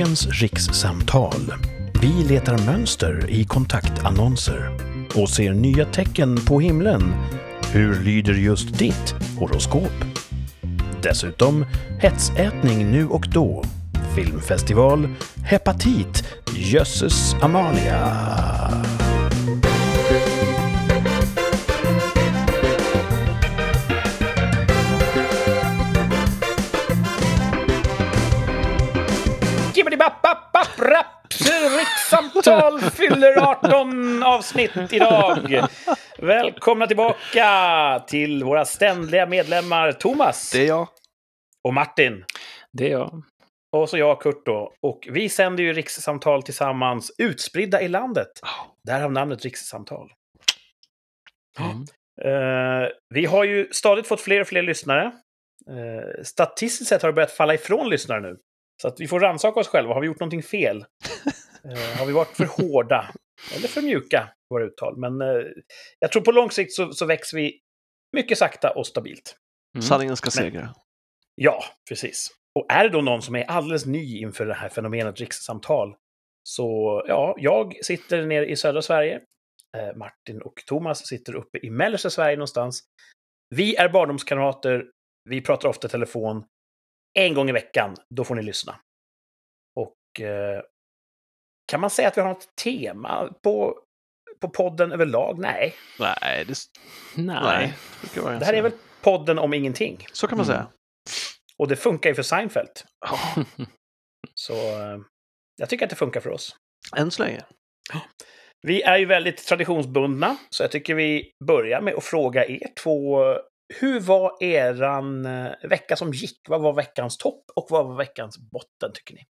Dagens rikssamtal. Vi letar mönster i kontaktannonser och ser nya tecken på himlen. Hur lyder just ditt horoskop? Dessutom hetsätning nu och då. Filmfestival, hepatit, Jösses Amalia. Rikssamtal fyller 18 avsnitt idag. Välkomna tillbaka till våra ständiga medlemmar Thomas. Det är jag. Och Martin. Det är jag. Och så jag, Kurt då. Och vi sänder ju rikssamtal tillsammans utspridda i landet. Därav namnet rikssamtal. Vi har ju stadigt fått fler och fler lyssnare. Statistiskt sett har det börjat falla ifrån lyssnare nu. Så att vi får rannsaka oss själva. Har vi gjort någonting fel? Har vi varit för hårda? Eller för mjuka på våra uttal? Men jag tror på lång sikt så växer vi mycket sakta och stabilt. Sanningen ska segra. Ja, precis. Och är det då någon som är alldeles ny inför det här fenomenet rikssamtal, så ja, jag sitter nere i södra Sverige. Martin och Thomas sitter uppe i mellersta Sverige någonstans. Vi är barndomskamrater. Vi pratar ofta i telefon. En gång i veckan, då får ni lyssna. Och kan man säga att vi har något tema på podden överlag? Nej. Nej. Det här är väl podden om ingenting. Så kan man säga. Och det funkar ju för Seinfeld. Så jag tycker att det funkar för oss. Än så länge. Vi är ju väldigt traditionsbundna, så jag tycker vi börjar med att fråga er två. Hur var eran vecka som gick? Vad var veckans topp och vad var veckans botten, tycker ni?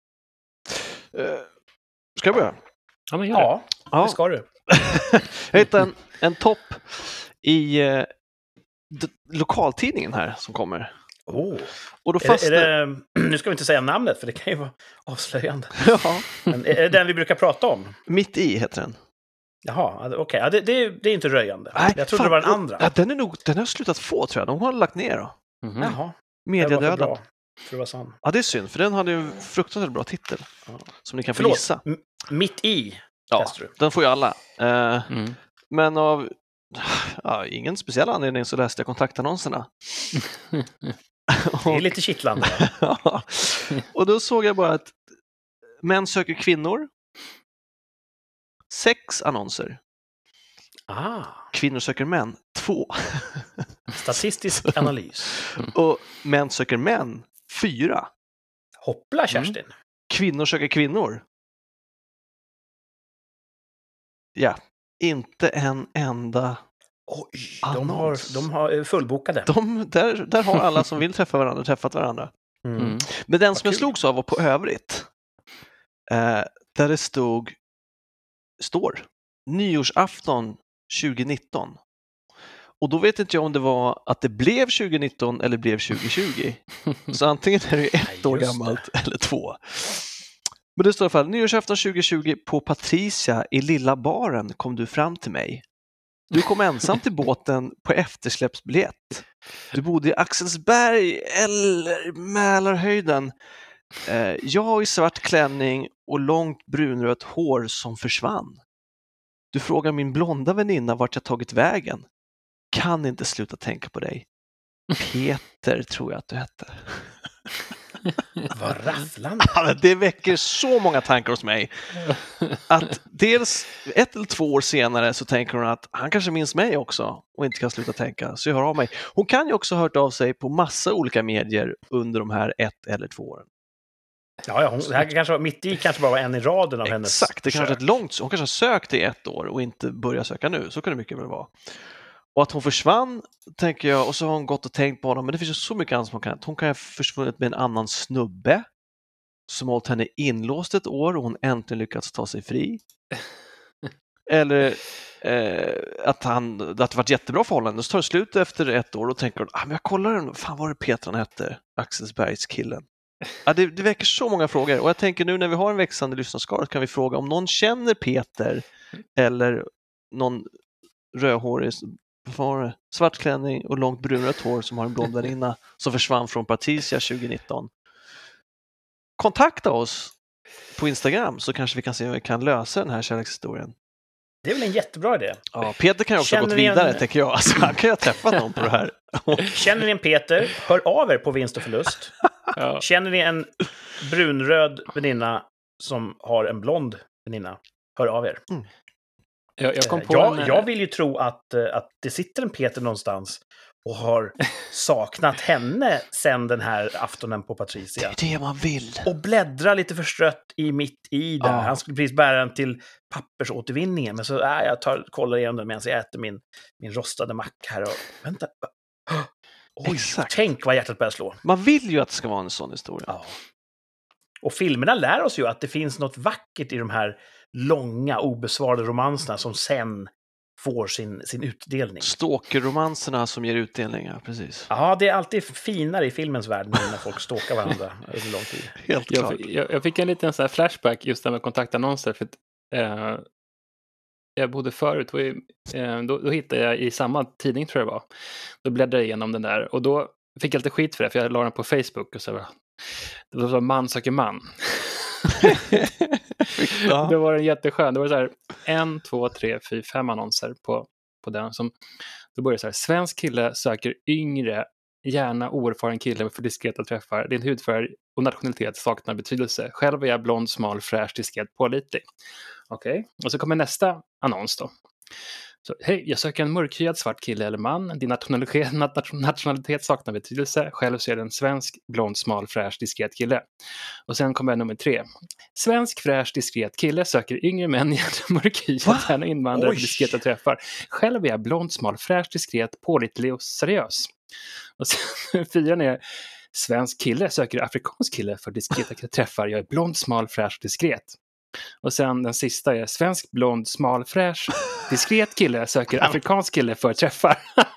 Ska jag börja? Ja, men gör det ska du. Jag hittade en topp i lokaltidningen här som kommer. Och då nu ska vi inte säga namnet, för det kan ju vara avslöjande. Ja. Men är det den vi brukar prata om? Mitt i heter den. Jaha, okej. Ja, det är inte röjande. Nej, jag trodde det var den andra. Ja, den har slutat få, tror jag. De har lagt ner då. Jaha. Mediedöden. För det var sant. Ja, det är synd, för den hade ju en fruktansvärt bra titel. Som ni kan få gissa. Mitt i. Ja, den får ju alla. Men av ingen speciell anledning så läste jag kontaktannonserna. Det är lite kittlande. Ja. Och då såg jag bara att män söker kvinnor. 6 annonser. Kvinnor söker män. 2. Statistisk analys. Och män söker män. 4. Hoppla, Kerstin. Kvinnor söker kvinnor. Ja, inte en enda. Oj, de har fullbokade. Där har alla som vill träffa varandra träffat varandra. Men den som jag slogs av var på övrigt. Där det står nyårsafton 2019. Och då vet inte jag om det var att det blev 2019 eller blev 2020. Så antingen är det 1 år gammalt eller 2. Men det står i alla fall, nyårsafton 2020 på Patricia i Lilla baren kom du fram till mig. Du kom ensam till båten på eftersläppsbiljett. Du bodde i Axelsberg eller Mälarhöjden. Jag i svart klänning och långt brunrött hår som försvann. Du frågar min blonda väninna vart jag tagit vägen. Kan inte sluta tänka på dig. Peter tror jag att du hette. Vad rafflande. Det väcker så många tankar hos mig. Att dels 1 eller 2 år senare så tänker hon att han kanske minns mig också och inte kan sluta tänka. Så jag hör av mig. Hon kan ju också ha hört av sig på massa olika medier under de här 1 eller 2 åren. Ja, det här kanske var mitt i, kanske bara var en i raden av hennes. Exakt, det kanske är ett långt. Hon kanske har sökt i 1 år och inte börjar söka nu. Så kan det mycket väl vara. Och att hon försvann, tänker jag, och så har hon gått och tänkt på honom. Men det finns ju så mycket annat som hon kan. Hon kan ha försvunnit med en annan snubbe som hållit henne inlåst 1 år och hon äntligen lyckats ta sig fri. Eller att det varit jättebra förhållande. Så tar det slut efter 1 år och tänker hon, men jag kollar den, fan var det Peter han hette? Axelsbergs killen. Ja, det väcker så många frågor. Och jag tänker nu när vi har en växande lyssnarskara kan vi fråga om någon känner Peter eller någon rödhårig svart klänning och långt brunrött hår som har en blond väninna som försvann från Patricia 2019. Kontakta oss på Instagram så kanske vi kan se om vi kan lösa den här kärlekshistorien. Det är väl en jättebra idé. Ja, Peter kan ju också ha gått vidare, tänker jag. Alltså, han kan ju ha träffat någon på det här. Känner ni en Peter, hör av er på Vinst och förlust. Ja. Känner ni en brunröd väninna som har en blond väninna, hör av er. Mm. Jag vill ju tro att det sitter en Peter någonstans och har saknat henne sen den här aftonen på Patricia. Det är det man vill. Och bläddra lite förstrött mitt i där. Han skulle precis bära den till pappersåtervinningen. Men så jag kollar igenom den medan jag äter min rostade mack här. Och, vänta. Oj, tänk vad hjärtat börjar slå. Man vill ju att det ska vara en sån historia. Ja. Och filmerna lär oss ju att det finns något vackert i de här långa, obesvarade romanserna som sen får sin utdelning. Stalker-romanserna som ger utdelningar, precis. Ja, det är alltid finare i filmens värld när folk stalkar varandra under lång tid. Helt klart. Jag fick en liten så här flashback just där med kontaktannonser. För jag bodde förut, då hittade jag i samma tidning, tror jag det var. Då bläddrade jag igenom den där och då fick jag lite skit för det, för jag la den på Facebook och så det var så man söker man. Ja. Det var en jätteskön. Det var så här 1, 2, 3, 4, 5 annonser på den som då började så här: svensk kille söker yngre, gärna oerfaren kille för diskreta träffar. Din hudfärg och nationalitet saknar betydelse. Själv är jag blond, smal, fräsch, diskret, pålitlig. Okej. Och så kommer nästa annons då. Så, hej, jag söker en mörkhyad svart kille eller man. Din nationalitet saknar betydelse. Själv så är det en svensk, blond, smal, fräsch, diskret kille. Och sen kommer nummer 3. Svensk, fräsch, diskret kille söker yngre män, mörkhyad, gärna invandrare för diskreta träffar. Själv är jag blond, smal, fräsch, diskret, pålitlig och seriös. Och sen 4 är svensk kille söker afrikansk kille för diskreta träffar. Jag är blond, smal, fräsch, diskret. Och sen den sista är svensk, blond, smal, fräsch, diskret kille söker afrikansk kille för träffar.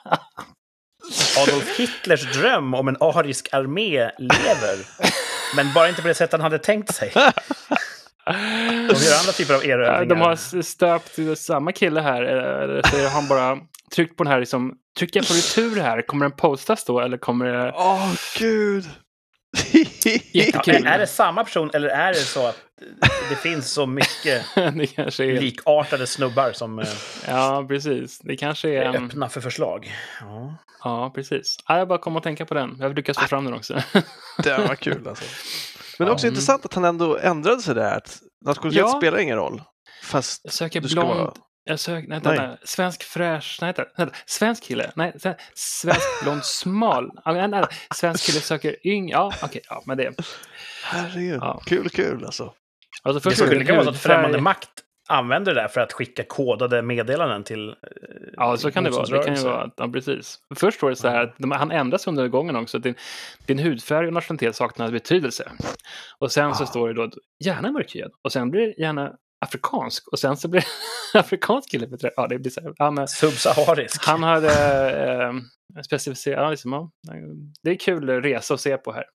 Adolf Hitlers dröm om en arisk armé lever. Men bara inte på det sätt han hade tänkt sig. De gör andra typer av erövringar. De har stöpt samma kille här. Eller så har han bara tryckt på den här. Liksom, trycker jag på retur här, kommer den postas då? Eller kommer det... Gud! Är det samma person eller är det så att det finns så mycket det kanske är... likartade snubbar som ja, precis. Det kanske är öppna för förslag. Ja, precis. Jag bara kom att tänka på den. Jag lyckas få fram den också. Det var kul alltså. Men det är också intressant att han ändå ändrade sig där. Att nationalitet spelar ingen roll. Fast jag söker blond... Jag söker, nej. Svensk fräsch, svensk kille, svensk blond smal, svensk kille söker men det. Herregud, kul alltså. Det skulle kunna vara så att främmande makt använder det där för att skicka kodade meddelanden till så kan det vara. Det kan ju vara, precis. Först var det så här att han ändras under gången också. Din hudfärg och nationalitet saknar betydelse. Och sen så står det då gärna mörkhyad. Och sen blir det gärna afrikansk. Och sen så blir det afrikansk kille. Det blir så här. Subsaharisk. Han hade specificerat. Det är kul resa att se på här.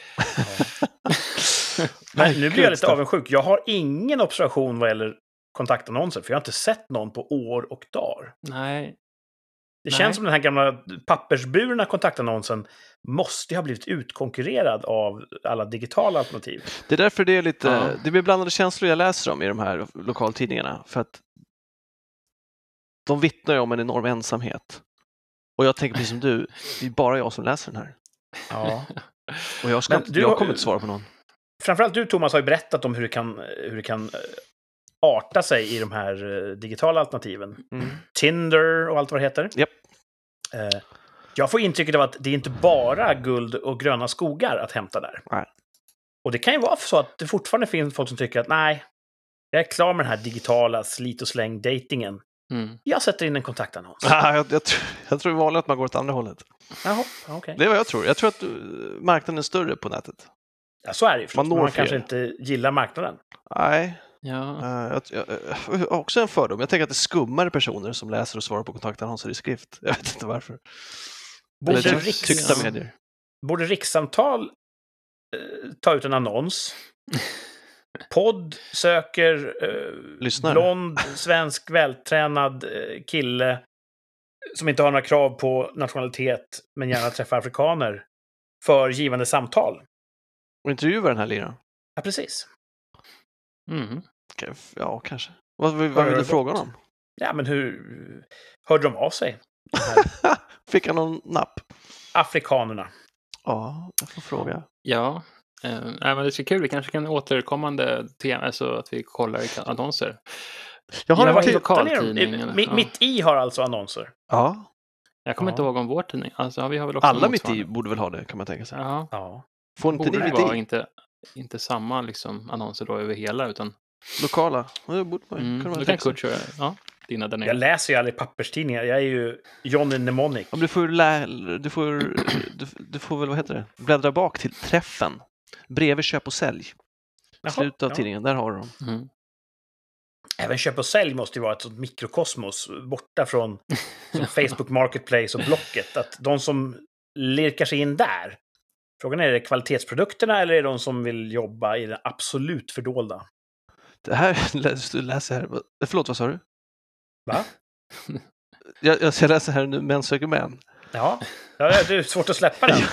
Men nu blir jag lite avundsjuk. Jag har ingen observation vad gäller kontaktannonser. För jag har inte sett någon på år och dagar. Nej. Det känns som den här gamla pappersburna kontaktannonsen måste ha blivit utkonkurrerad av alla digitala alternativ. Det är därför det är lite, det blir blandade känslor jag läser om i de här lokaltidningarna. För att de vittnar ju om en enorm ensamhet. Och jag tänker precis som du, det är bara jag som läser den här. Ja. Och jag kommer inte svara på någon. Framförallt du, Thomas, har ju berättat om hur det kan arta sig i de här digitala alternativen. Tinder och allt vad det heter. Yep. Jag får intrycket av att det är inte bara guld och gröna skogar att hämta där. Nej. Och det kan ju vara så att det fortfarande finns folk som tycker att nej, jag är klar med den här digitala slit- och släng-datingen. Jag sätter in en kontaktannons. Jag tror det är vanligt att man går åt andra hållet. Jaha, okay. Det är vad jag tror. Jag tror att marknaden är större på nätet. Ja, så är det ju. Man kanske inte gillar marknaden. Nej. Ja. Jag också en fördom. Jag tänker att det är skummare personer som läser och svarar på kontaktannonser i skrift. Jag vet inte varför. Tyckta medier. Borde Rikssamtal ta ut en annons? Podd söker blond, svensk, vältränad kille som inte har några krav på nationalitet men gärna träffar afrikaner för givande samtal. Och intervjuar den här liran. Ja, precis. Ja, kanske. Vad vill du fråga om? Ja, men hur hörde de av sig? Fick han någon napp? Afrikanerna. Ja, jag får fråga. Ja, men det är så kul. Vi kanske kan återkommande tema, alltså att vi kollar i annonser. Jag har en lokaltidning. Mitt i har alltså annonser. Ja. Jag kommer inte ihåg om vår tidning. Alltså, vi har väl också alla mitt i borde väl ha det, kan man tänka sig. Ja. Får inte borde ni det vara inte samma liksom, annonser då över hela, utan lokala. Det borde man då kan Kurt köra dina där nere. Jag läser ju aldrig papperstidningar. Jag är ju Johnny Mnemonic. Ja, du får väl, vad heter det? Bläddra bak till träffen. Bredvid köp och sälj. Slutet av tidningen, där har du dem. Även köp och sälj måste ju vara ett sånt mikrokosmos borta från Facebook Marketplace och Blocket. Att de som lirkar sig in där, frågan är det kvalitetsprodukterna eller är det de som vill jobba i det absolut fördolda? Det här läser här. Förlåt, vad sa du? Va? Jag ska läsa här nu, Män söker män. Ja, det är svårt att släppa den.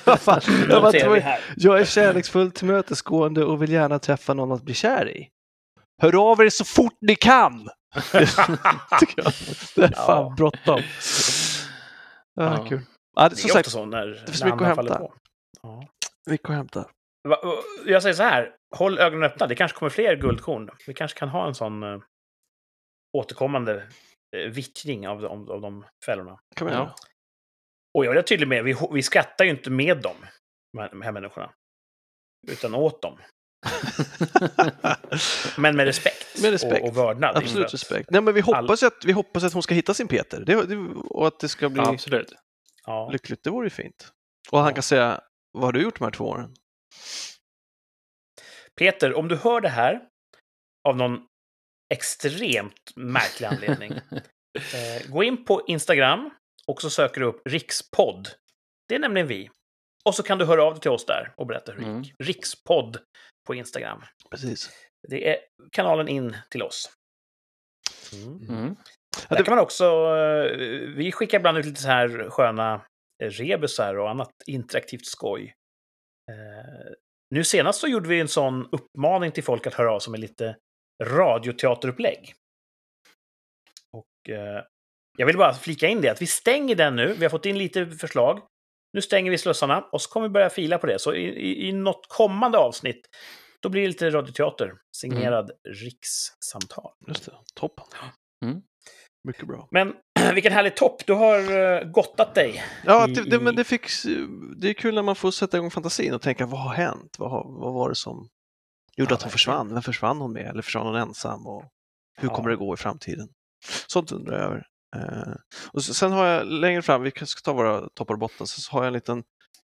Jag är kärleksfullt tillmötesgående och vill gärna träffa någon att bli kär i. Hör av er så fort ni kan! Det är fan bråttom. Kul. Ja, det är ofta så när det finns mycket att hämta. Mycket att hämta. Jag säger så här, håll ögonen öppna. Det kanske kommer fler guldkorn. Vi kanske kan ha en sån återkommande vittring av de fällorna. Kan man göra. Och jag är tydlig med, vi skrattar ju inte med dem, de här människorna. Utan åt dem. Men med respekt. Och vördnad. Absolut respekt. Nej, men vi hoppas att hon ska hitta sin Peter. Och att det ska bli lyckligt. Det vore ju fint. Och han kan säga, vad har du gjort de här 2 åren? Peter, om du hör det här av någon extremt märklig anledning, gå in på Instagram och så söker du upp Rikspodd. Det är nämligen vi. Och så kan du höra av dig till oss där och berätta hur det gick. Rikspodd på Instagram. Precis. Det är kanalen in till oss. Där kan man också... Vi skickar ibland ut lite så här sköna rebusar och annat interaktivt skoj. Nu senast så gjorde vi en sån uppmaning till folk att höra av sig med lite radioteaterupplägg. Och jag vill bara flika in det att vi stänger den nu. Vi har fått in lite förslag. Nu stänger vi slussarna och så kommer vi börja fila på det. Så i något kommande avsnitt då blir det lite radioteater. Signerad Rikssamtal. Just det, toppen. Mycket bra. Men vilken härlig topp. Du har gottat dig. Ja, men det är kul när man får sätta igång fantasin och tänka, vad har hänt? Vad var det som gjorde att hon försvann? Vem försvann hon med? Eller försvann hon ensam? Och hur kommer det gå i framtiden? Sånt undrar jag över. Och sen har jag längre fram, vi ska ta våra toppar och botten, så har jag ett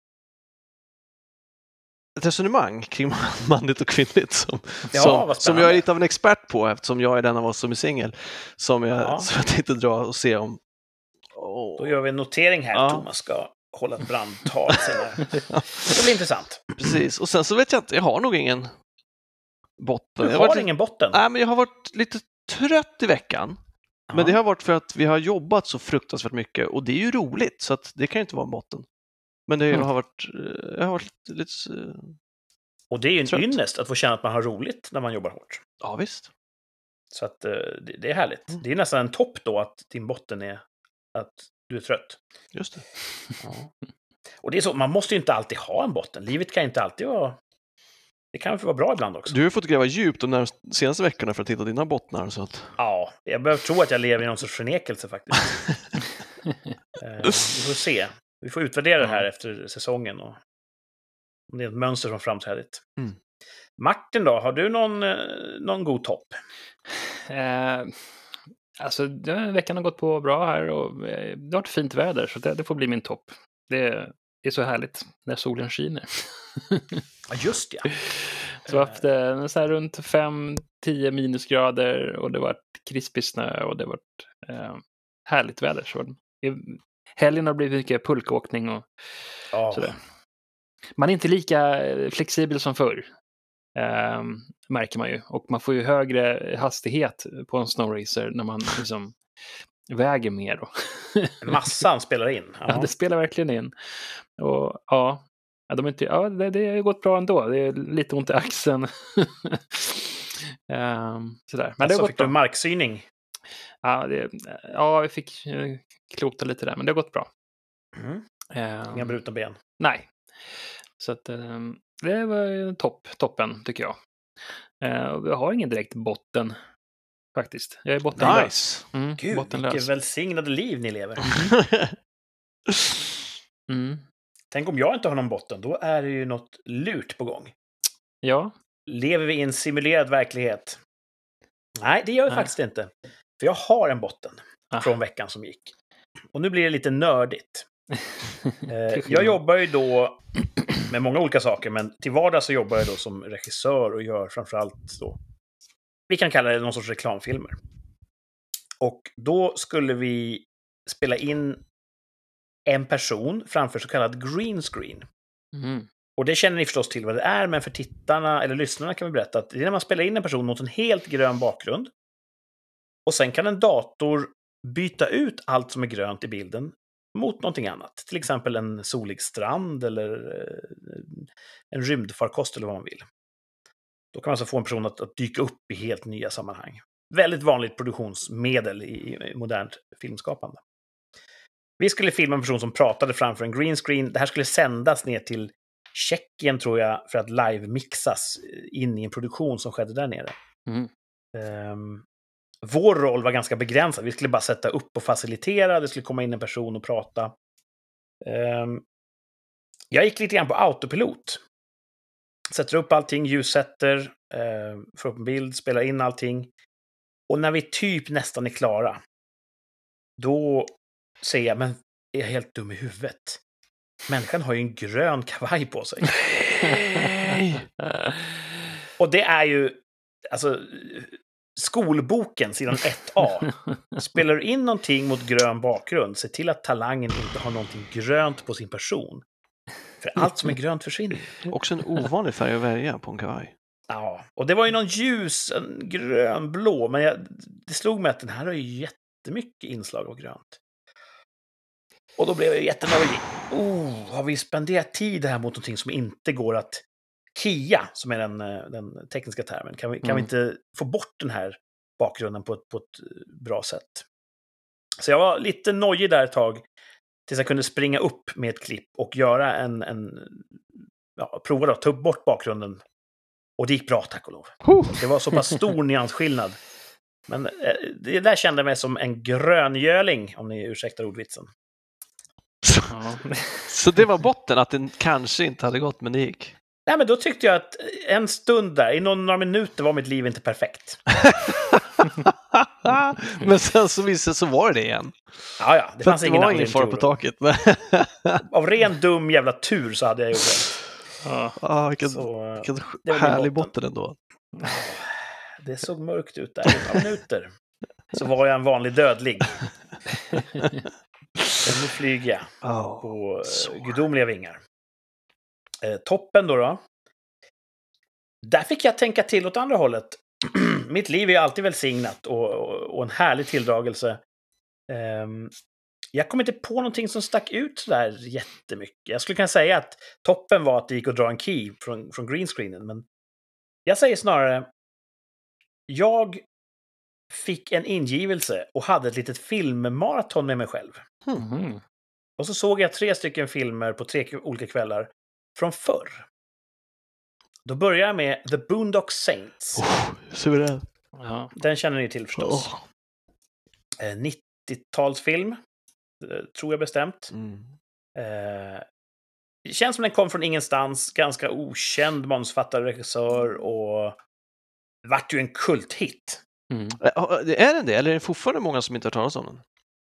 resonemang kring manligt och kvinnligt som jag är lite av en expert på, eftersom jag är den av oss som är singel, som jag tänkte dra och se om. Då gör vi en notering här. Thomas ska hålla ett brandtal senare. Det blir intressant. Precis, och sen så vet jag inte, jag har nog ingen botten. Du har ingen botten? Nej, men jag har varit lite trött i veckan. Men det har varit för att vi har jobbat så fruktansvärt mycket och det är ju roligt, så att det kan ju inte vara en botten. Men det har varit lite och det är ju en ynnest att få känna att man har roligt när man jobbar hårt. Ja, visst. Så att det är härligt. Det är nästan en topp då att din botten är att du är trött. Just det. Och det är så, man måste ju inte alltid ha en botten. Livet kan inte alltid vara... Det kan vara bra ibland också. Du har fått gräva djupt de senaste veckorna för att hitta dina bottnar. Så att... Ja, jag behöver tro att jag lever i någon sorts förnekelse faktiskt. Vi får se. Vi får utvärdera det här efter säsongen. Och om det är ett mönster som framträdigt. Martin då, har du någon god topp? Alltså, veckan har gått på bra här och det har varit fint väder, så det får bli min topp. Det är så härligt när solen skiner. Ja, just det. Så haft så här runt 5-10 minusgrader och det var krispig snö och det var härligt väder. Så helgen har blivit mycket pulkåkning och sådär. Man är inte lika flexibel som förr, märker man ju. Och man får ju högre hastighet på en snowracer när man liksom väger mer. Då. Massan spelar in. Ja, det spelar verkligen in. Och det har gått bra ändå. Det är lite ont i axeln. Sådär. Men det har gått fick bra. Du marksyning? Ja, vi fick klota lite där, men det har gått bra. Inga brutna ben? Nej. Så att det var toppen, tycker jag. Jag har ingen direkt botten, faktiskt. Jag är bottenlös. Nice. Gud, bottenlös. vilket välsignade liv ni lever. Tänk om jag inte har någon botten, då är det ju något lurt på gång. Ja. Lever vi i en simulerad verklighet? Nej, det gör vi faktiskt inte. För jag har en botten från veckan som gick. Och nu blir det lite nördigt. Jag jobbar ju då med många olika saker, men till vardags så jobbar jag då som regissör och gör framförallt då, vi kan kalla det någon sorts reklamfilmer. Och då skulle vi spela in en person framför så kallad green screen. Och det känner ni förstås till vad det är, men för tittarna eller lyssnarna kan vi berätta att det är när man spelar in en person mot en helt grön bakgrund. Och sen kan en dator byta ut allt som är grönt i bilden mot någonting annat. Till exempel en solig strand eller en rymdfarkost eller vad man vill. Då kan man alltså få en person att dyka upp i helt nya sammanhang. Väldigt vanligt produktionsmedel i modernt filmskapande. Vi skulle filma en person som pratade framför en green screen. Det här skulle sändas ner till Tjeckien, tror jag, för att live-mixas in i en produktion som skedde där nere. Vår roll var ganska begränsad. Vi skulle bara sätta upp och facilitera. Det skulle komma in en person och prata. Jag gick lite grann på autopilot. Sätter upp allting, ljussätter, får upp en bild, spelar in allting. Och när vi typ nästan är klara, då säger jag, men är jag helt dum i huvudet? Människan har ju en grön kavaj på sig. Och det är ju, alltså, skolboken, sidan 1A. Spelar du in någonting mot grön bakgrund, se till att talangen inte har någonting grönt på sin person. För allt som är grönt försvinner. Också en ovanlig färg att välja på en kavaj. Ja, och det var ju någon ljus, en grönblå, men det slog mig att den här har ju jättemycket inslag av grönt. Och då blev jag jättenöjd. Har vi spenderat tid här mot någonting som inte går att kia, som är den tekniska termen. Kan vi inte få bort den här bakgrunden på ett bra sätt? Så jag var lite nojig där ett tag, tills jag kunde springa upp med ett klipp och göra prova att ta bort bakgrunden. Och det gick bra, tack och lov. Det var så pass stor nyansskillnad. Men det där kände mig som en gröngöling, om ni ursäktar ordvitsen. Så det var botten, att den kanske inte hade gått, men det gick. Nej, men då tyckte jag att en stund där, i några minuter var mitt liv inte perfekt. Men sen så visste så var det igen. Ja, det fanns ingen ingen fara på taket. Av ren dum jävla tur så hade jag gjort det. Vilken härlig botten ändå. Det såg mörkt ut där. I några minuter så var jag en vanlig dödlig. Och nu flyger jag på gudomliga vingar. Toppen då. Där fick jag tänka till åt andra hållet. Mitt liv är alltid välsignat och en härlig tilldragelse. Jag kom inte på någonting som stack ut så där jättemycket. Jag skulle kunna säga att toppen var att det gick att dra en key från greenscreenen. Men jag säger snarare, jag fick en ingivelse och hade ett litet filmmaraton med mig själv. Och så såg jag 3 stycken filmer på 3 olika kvällar från förr. Då börjar jag med The Boondock Saints. Suverän. Ja. Den känner ni till förstås. 90-talsfilm, tror jag bestämt. Det känns som den kom från ingenstans. Ganska okänd manusförfattare, regissör och vart ju en kulthit. Är den det? Eller är det fortfarande många som inte har talat om den?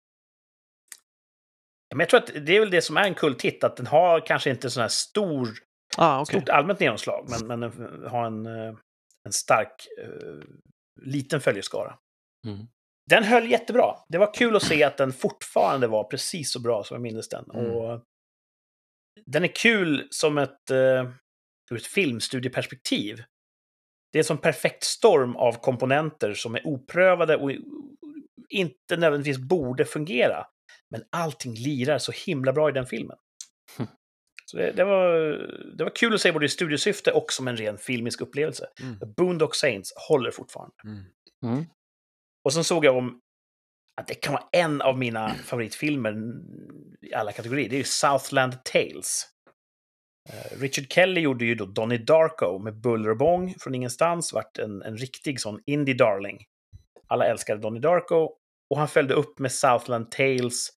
Men jag tror att det är väl det som är en kulthit, att den har kanske inte sån här stort allmänt genomslag, men den har en stark liten följeskara. Den höll jättebra. Det var kul att se att den fortfarande var precis så bra som jag minns den. Och den är kul som ur ett filmstudieperspektiv. Det är en sån perfekt storm av komponenter som är oprövade och inte nödvändigtvis borde fungera. Men allting lirar så himla bra i den filmen. Så det var kul att se både i studiosyfte och som en ren filmisk upplevelse. Boondock Saints håller fortfarande. Och sen såg jag om att det kan vara en av mina favoritfilmer i alla kategorier. Det är ju Southland Tales. Richard Kelly gjorde ju då Donnie Darko med buller och bång från ingenstans. Vart en riktig sån indie darling. Alla älskade Donnie Darko. Och han följde upp med Southland Tales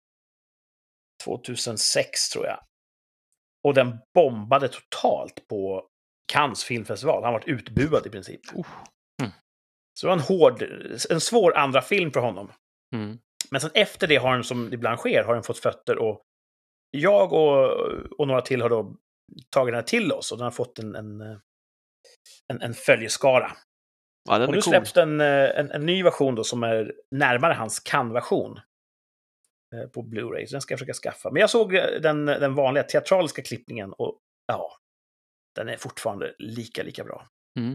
2006 tror jag. Och den bombade totalt på Cannes filmfestival. Han var utbuad i princip. Så det var en svår andra film för honom. Men sen efter det har han, som ibland sker, har han fått fötter. Och jag och några till har då tagit den här till oss. Och den har fått en följeskara. Ja, den och nu släpps en ny version då som är närmare hans Cannes-version. På Blu-ray, så den ska jag försöka skaffa. Men jag såg den vanliga teatraliska klippningen och ja, den är fortfarande lika bra.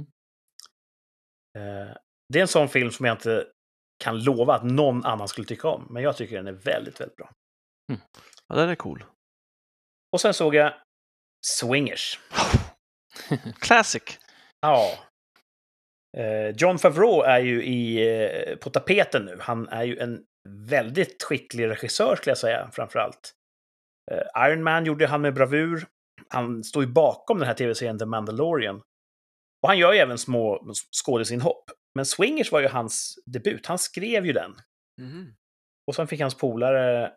Det är en sån film som jag inte kan lova att någon annan skulle tycka om, men jag tycker den är väldigt, väldigt bra. Ja, den är cool. Och sen såg jag Swingers. Classic. Ja. Jon Favreau är ju på tapeten nu. Han är ju en väldigt skicklig regissör skulle jag säga, framförallt. Iron Man gjorde han med bravur. Han står ju bakom den här tv-serien The Mandalorian. Och han gör ju även små skådesinhopp. Men Swingers var ju hans debut. Han skrev ju den. Och sen fick hans polare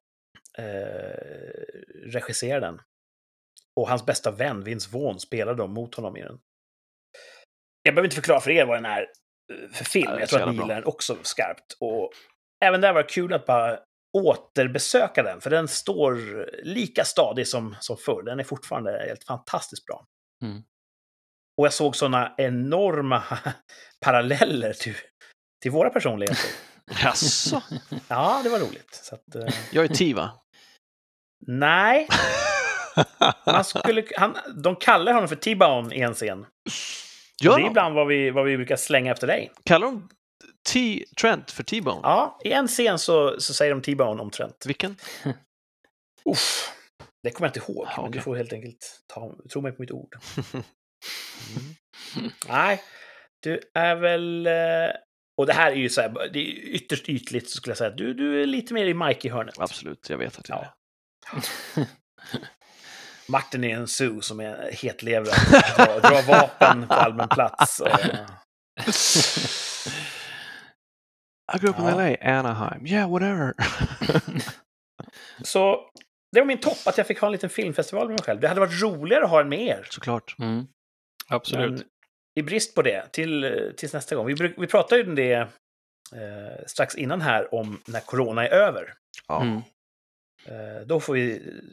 regissera den. Och hans bästa vän, Vince Vaughn, spelade mot honom i den. Jag behöver inte förklara för er vad den är för film. Jag tror att ni gillar den också skarpt. Och även där var det kul att bara återbesöka den. För den står lika stadig som förr. Den är fortfarande helt fantastiskt bra. Och jag såg sådana enorma paralleller till våra personligheter. Jaså? Ja, det var roligt. Så att, jag är Tiva. Nej. De kallar honom för T-Bone i en scen. Ja. Det är ibland vad vi brukar slänga efter dig. Kallar de Trent för T-Bone? Ja, i en scen så säger de T-Bone om Trent. Vilken? Det kommer jag inte ihåg. Men du får helt enkelt tro mig på mitt ord. Nej, du är väl... Och det här är ju så här, det är ytterst ytligt så skulle jag säga. Du är lite mer i Mike-hörnet. Absolut, jag vet att jag är. Martin är en Sue som är hetlevrad. Drar vapen på allmän plats. I grew up in LA, Anaheim. Yeah, whatever. Så det var min topp att jag fick ha en liten filmfestival med mig själv. Det hade varit roligare att ha den med er. Såklart. Absolut. Men i brist på det, tills nästa gång. Vi pratade ju om det strax innan här om när corona är över. Ja. Då får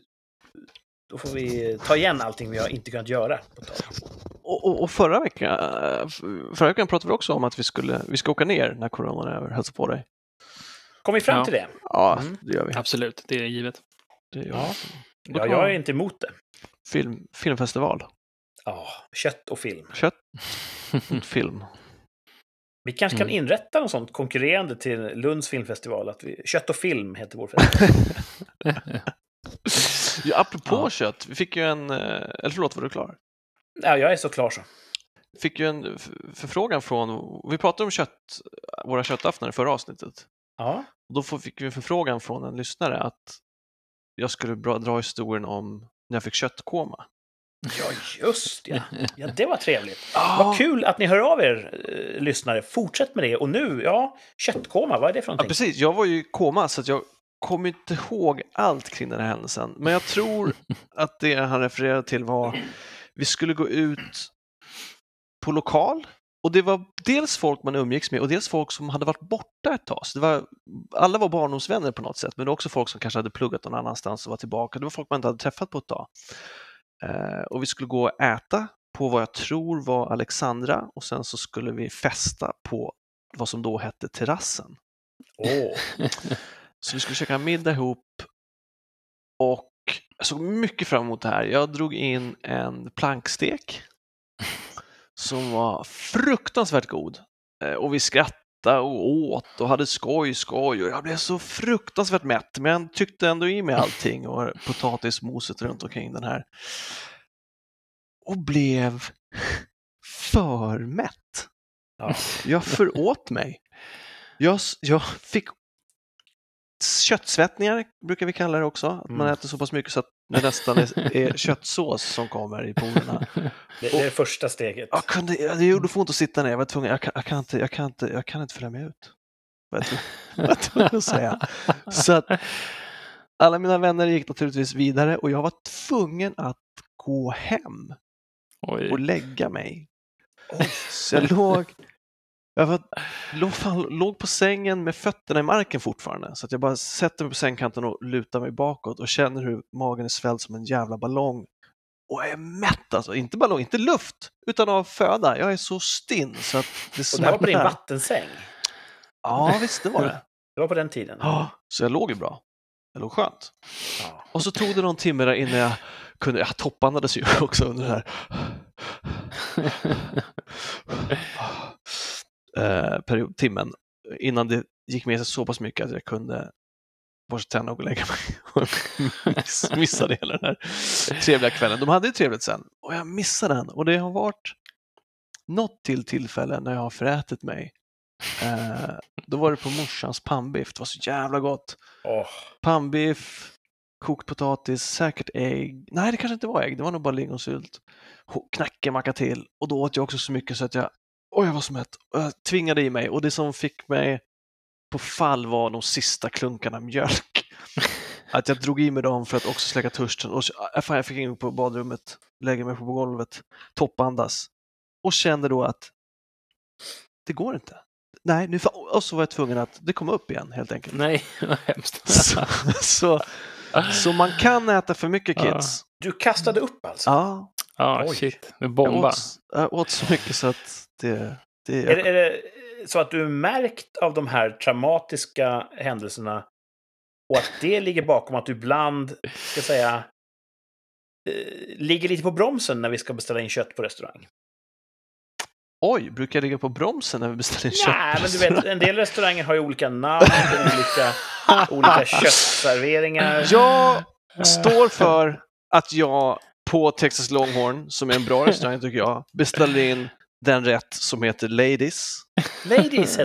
vi ta igen allting vi har inte kunnat göra på ett tag. Och förra veckan pratade vi också om att vi ska åka ner när corona är över. Hälsa på dig. Kom vi fram till det? Ja, det gör vi. Absolut, det är givet. Det gör vi. Jag är inte emot det. Filmfestival. Ja, kött och film. Kött och film. Vi kanske kan inrätta något sånt konkurrerande till Lunds filmfestival. Kött och film heter vår festival. Ja, apropå kött, vi fick ju eller förlåt, var du klar? Ja, jag är så klar så. Fick ju en förfrågan vi pratade om våra köttaftnar i förra avsnittet. Ja. Och då fick vi en förfrågan från en lyssnare att jag skulle dra historien om när jag fick köttkoma. Ja, just det. Ja, det var trevligt. Vad kul att ni hör av er, lyssnare. Fortsätt med det. Och nu, köttkoma, vad är det för någonting? Ja, precis. Jag var ju i koma så att jag kommer inte ihåg allt kring den här händelsen. Men jag tror att det han refererade till var vi skulle gå ut på lokal. Och det var dels folk man umgicks med och dels folk som hade varit borta ett tag. Så alla var barndomsvänner på något sätt. Men det var också folk som kanske hade pluggat någon annanstans och var tillbaka. Det var folk man inte hade träffat på ett tag. Och vi skulle gå och äta på vad jag tror var Alexandra. Och sen så skulle vi festa på vad som då hette terrassen. Så vi skulle käka middag ihop. Och jag såg mycket fram emot det här. Jag drog in en plankstek som var fruktansvärt god. Och vi skrattade och åt och hade skoj och jag blev så fruktansvärt mätt, men jag tyckte ändå i mig allting och potatismoset runt omkring den här och blev för mätt. Ja. Jag föråt mig. Jag fick köttsvettningar, brukar vi kalla det också. Att man äter så pass mycket så att det nästan är köttsås som kommer i porerna. Det är det första steget. Det gjorde för ont att sitta ner. Jag var tvungen, jag kan inte följa med ut. Vad jag tvungen att säga. Så att alla mina vänner gick naturligtvis vidare och jag var tvungen att gå hem och lägga mig. Så jag låg på sängen med fötterna i marken fortfarande. Så att jag bara sätter mig på sängkanten och lutar mig bakåt och känner hur magen är svälld som en jävla ballong. Och jag är mätt alltså, inte ballong, inte luft, utan av föda. Jag är så stinn så att det smärtar. Och det var på din vattensäng? Ja, visst det var det. Det var på den tiden? Ja, så jag låg ju bra. Jag låg skönt. Ja. Och så tog det någon timme där innan jag kunde, jag toppandades ju också under det här timmen innan det gick med sig så pass mycket att jag kunde borsta tänderna och lägga mig och missade hela den här trevliga kvällen. De hade ju trevligt sen och jag missade den och det har varit något tillfälle när jag har förätit mig. Då var det på morsans pannbiff. Det var så jävla gott. Pannbiff, kokt potatis, säkert ägg. Nej, det kanske inte var ägg. Det var nog bara lingonsylt. Knäckemacka till. Och då åt jag också så mycket så att jag var så mätt. Jag tvingade i mig. Och det som fick mig på fall var de sista klunkarna mjölk. Att jag drog i mig dem för att också släcka törsten. Och jag fick in på badrummet, lägga mig på golvet, toppandas. Och kände då att det går inte. Nej, och så var jag tvungen att det kom upp igen helt enkelt. Nej, vad hemskt. Så man kan äta för mycket, kids. Du kastade upp alltså? Ja. Ja, shit. Med bomba. Jag åt så mycket så att det... Är det så att du är märkt av de här traumatiska händelserna och att det ligger bakom att du ibland, ska säga, ligger lite på bromsen när vi ska beställa in kött på restaurang? Oj, brukar jag ligga på bromsen när vi beställer in kött? Nej, men du vet, en del restauranger har ju olika namn, olika köttserveringar. Jag står för att jag på Texas Longhorn, som är en bra restaurang tycker jag, beställer in den rätt som heter Ladies. Ladies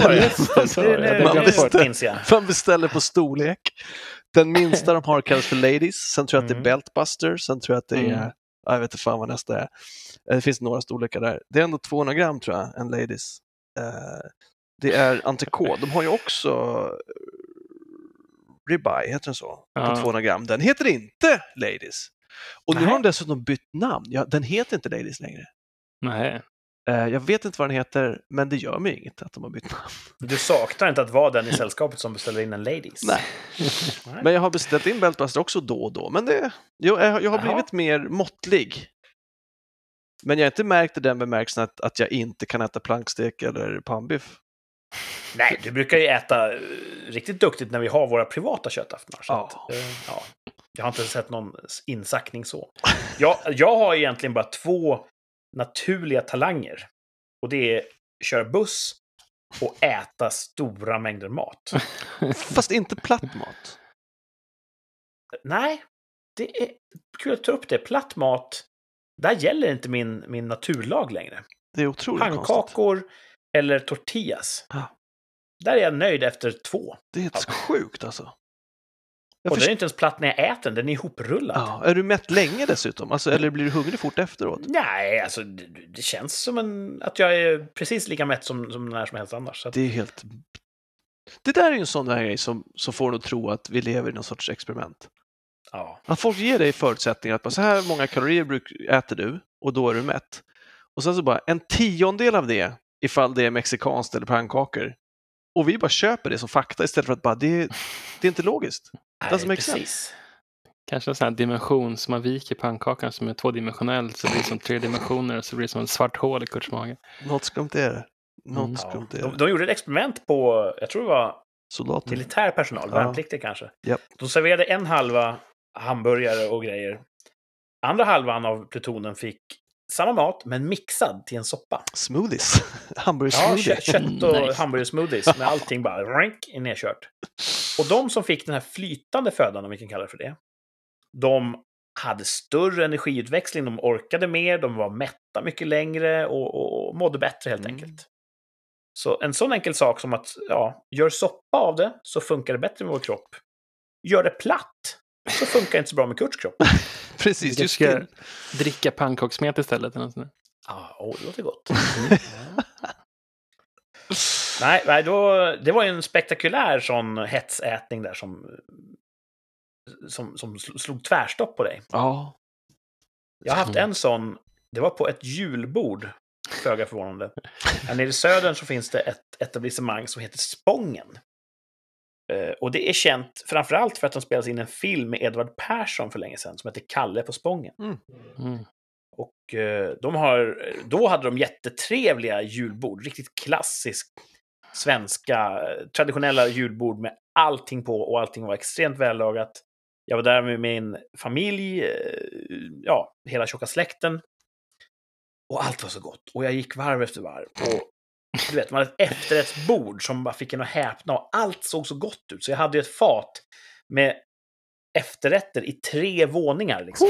heter man beställer på storlek. Den minsta de har kallas för Ladies. Sen tror jag att det är Beltbuster. Sen tror jag att det är... Jag vet inte fan vad nästa är. Det finns några storlekar där. Det är ändå 200 gram tror jag, en Ladies. Det är entrecote. De har ju också ribeye, heter den så? På 200 gram. Den heter inte Ladies. Och nu har de dessutom bytt namn. Den heter inte Ladies längre. Nej. Jag vet inte vad den heter, men det gör mig inget att de har bytt namn. Du saknar inte att vara den i sällskapet som beställer in en Ladies? Nej. Men jag har beställt in Beltbuster också då och då. Men jag har blivit mer måttlig. Men jag har inte märkt i den bemärkelsen att jag inte kan äta plankstek eller pannbiff. Nej, du brukar ju äta riktigt duktigt när vi har våra privata köttaftnar. Jag har inte sett någon insackning så. Jag har egentligen bara 2 naturliga talanger. Och det är köra buss och äta stora mängder mat. Fast inte platt mat. Nej, det är kul att ta upp det. Platt mat, där gäller inte min naturlag längre. Det är otroligt pannkakor konstigt. Eller tortillas. Där är jag nöjd efter 2. Det är helt sjukt alltså. Och det är inte ens platt när jag äter den är ihoprullad. Ja, är du mätt länge dessutom? Alltså, eller blir du hungrig fort efteråt? Nej, alltså det känns som att jag är precis lika mätt som när som helst annars. Så att... Det är helt... Det där är ju en sån där grej som får att tro att vi lever i någon sorts experiment. Ja. Att folk ger dig förutsättningar att så här många kalorier äter du och då är du mätt. Och sen så bara 1/10 av det ifall det är mexikanskt eller pannkakor. Och vi bara köper det som fakta istället för att bara det är inte logiskt. Nej, precis. Kanske en sån här dimension som man viker pannkakan som är 2-dimensionell så blir det som 3 dimensioner så blir det som ett svart hål i kursmagen. Något skumt är det. De gjorde ett experiment på, jag tror det var soldater. Militär personal, värnpliktiga kanske. Yep. De serverade en halva hamburgare och grejer. Andra halvan av plutonen fick samma mat, men mixad till en soppa. Smoothies. Hamburgersmoothie. Ja, kött och hamburgersmoothies med allting bara är nedkört. Och de som fick den här flytande födan, om vi kan kalla det för det, de hade större energiutväxling, de orkade mer, de var mätta mycket längre och mådde bättre helt enkelt. Så en sån enkel sak som att gör soppa av det så funkar det bättre med vår kropp. Gör det platt så funkar det inte så bra med Kurts kropp. Precis, du ska dricka pannkakssmet istället. Det låter gott. Nej, det var ju en spektakulär sån hetsätning där som slog tvärstopp på dig. Ja. Jag har haft en sån, det var på ett julbord, föga förvånande. Här nere i södern så finns det ett etablissemang som heter Spången. Och det är känt framförallt för att de spelas in en film med Edvard Persson för länge sedan som heter Kalle på Spången. Och då hade de jättetrevliga julbord, riktigt klassisk svenska traditionella julbord med allting på och allting var extremt vällagat. Jag var där med min familj, hela tjocka släkten. Och allt var så gott. Och jag gick varv efter varv. Och du vet, man hade ett efterrättsbord som bara fick en att häpna. Och allt såg så gott ut. Så jag hade ett fat med efterrätter i 3 våningar. Liksom.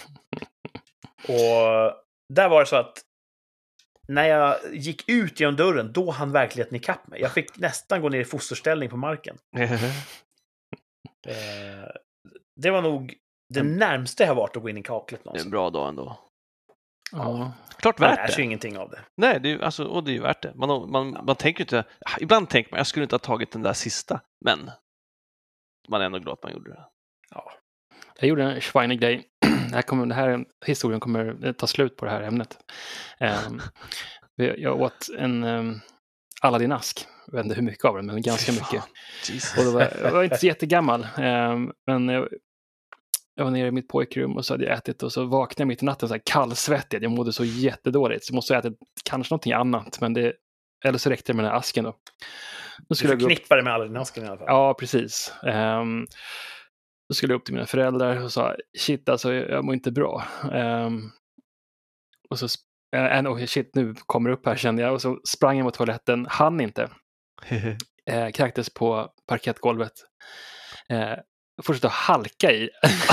Och där var det så att när jag gick ut genom dörren, då hann verkligheten ikapp mig. Jag fick nästan gå ner i fosterställning på marken. Det var nog det närmaste jag har varit att gå in i kaklet någonsin. Det är en bra dag ändå. Ja. Klart värt det. Man lär sig ingenting av det. Nej, det är, och det är ju värt det. Man tänker inte... Ibland tänker man, jag skulle inte ha tagit den där sista. Men man är ändå glad att man gjorde det. Ja. Jag gjorde en Schweine-grej. Den här historien kommer ta slut på det här ämnet. Jag åt en Aladdin-ask. Jag vet inte hur mycket av den, men ganska mycket. Och då jag var inte så jättegammal. Men jag var nere i mitt pojkrum och så hade jag ätit och så vaknade jag mitt i natten så här kallsvettig. Jag mådde så jättedåligt. Så jag måste ha ätit kanske någonting annat. Men eller så räckte det med den här asken då. Du förknippar det med Aladdin-asken i alla fall. Ja, precis. Då skulle jag upp till mina föräldrar och sa shit, alltså jag mår inte bra. Och så shit, nu kommer upp här kände jag. Och så sprang jag mot toaletten, hann inte. Kräktes på parkettgolvet. Fortsatte att halka i.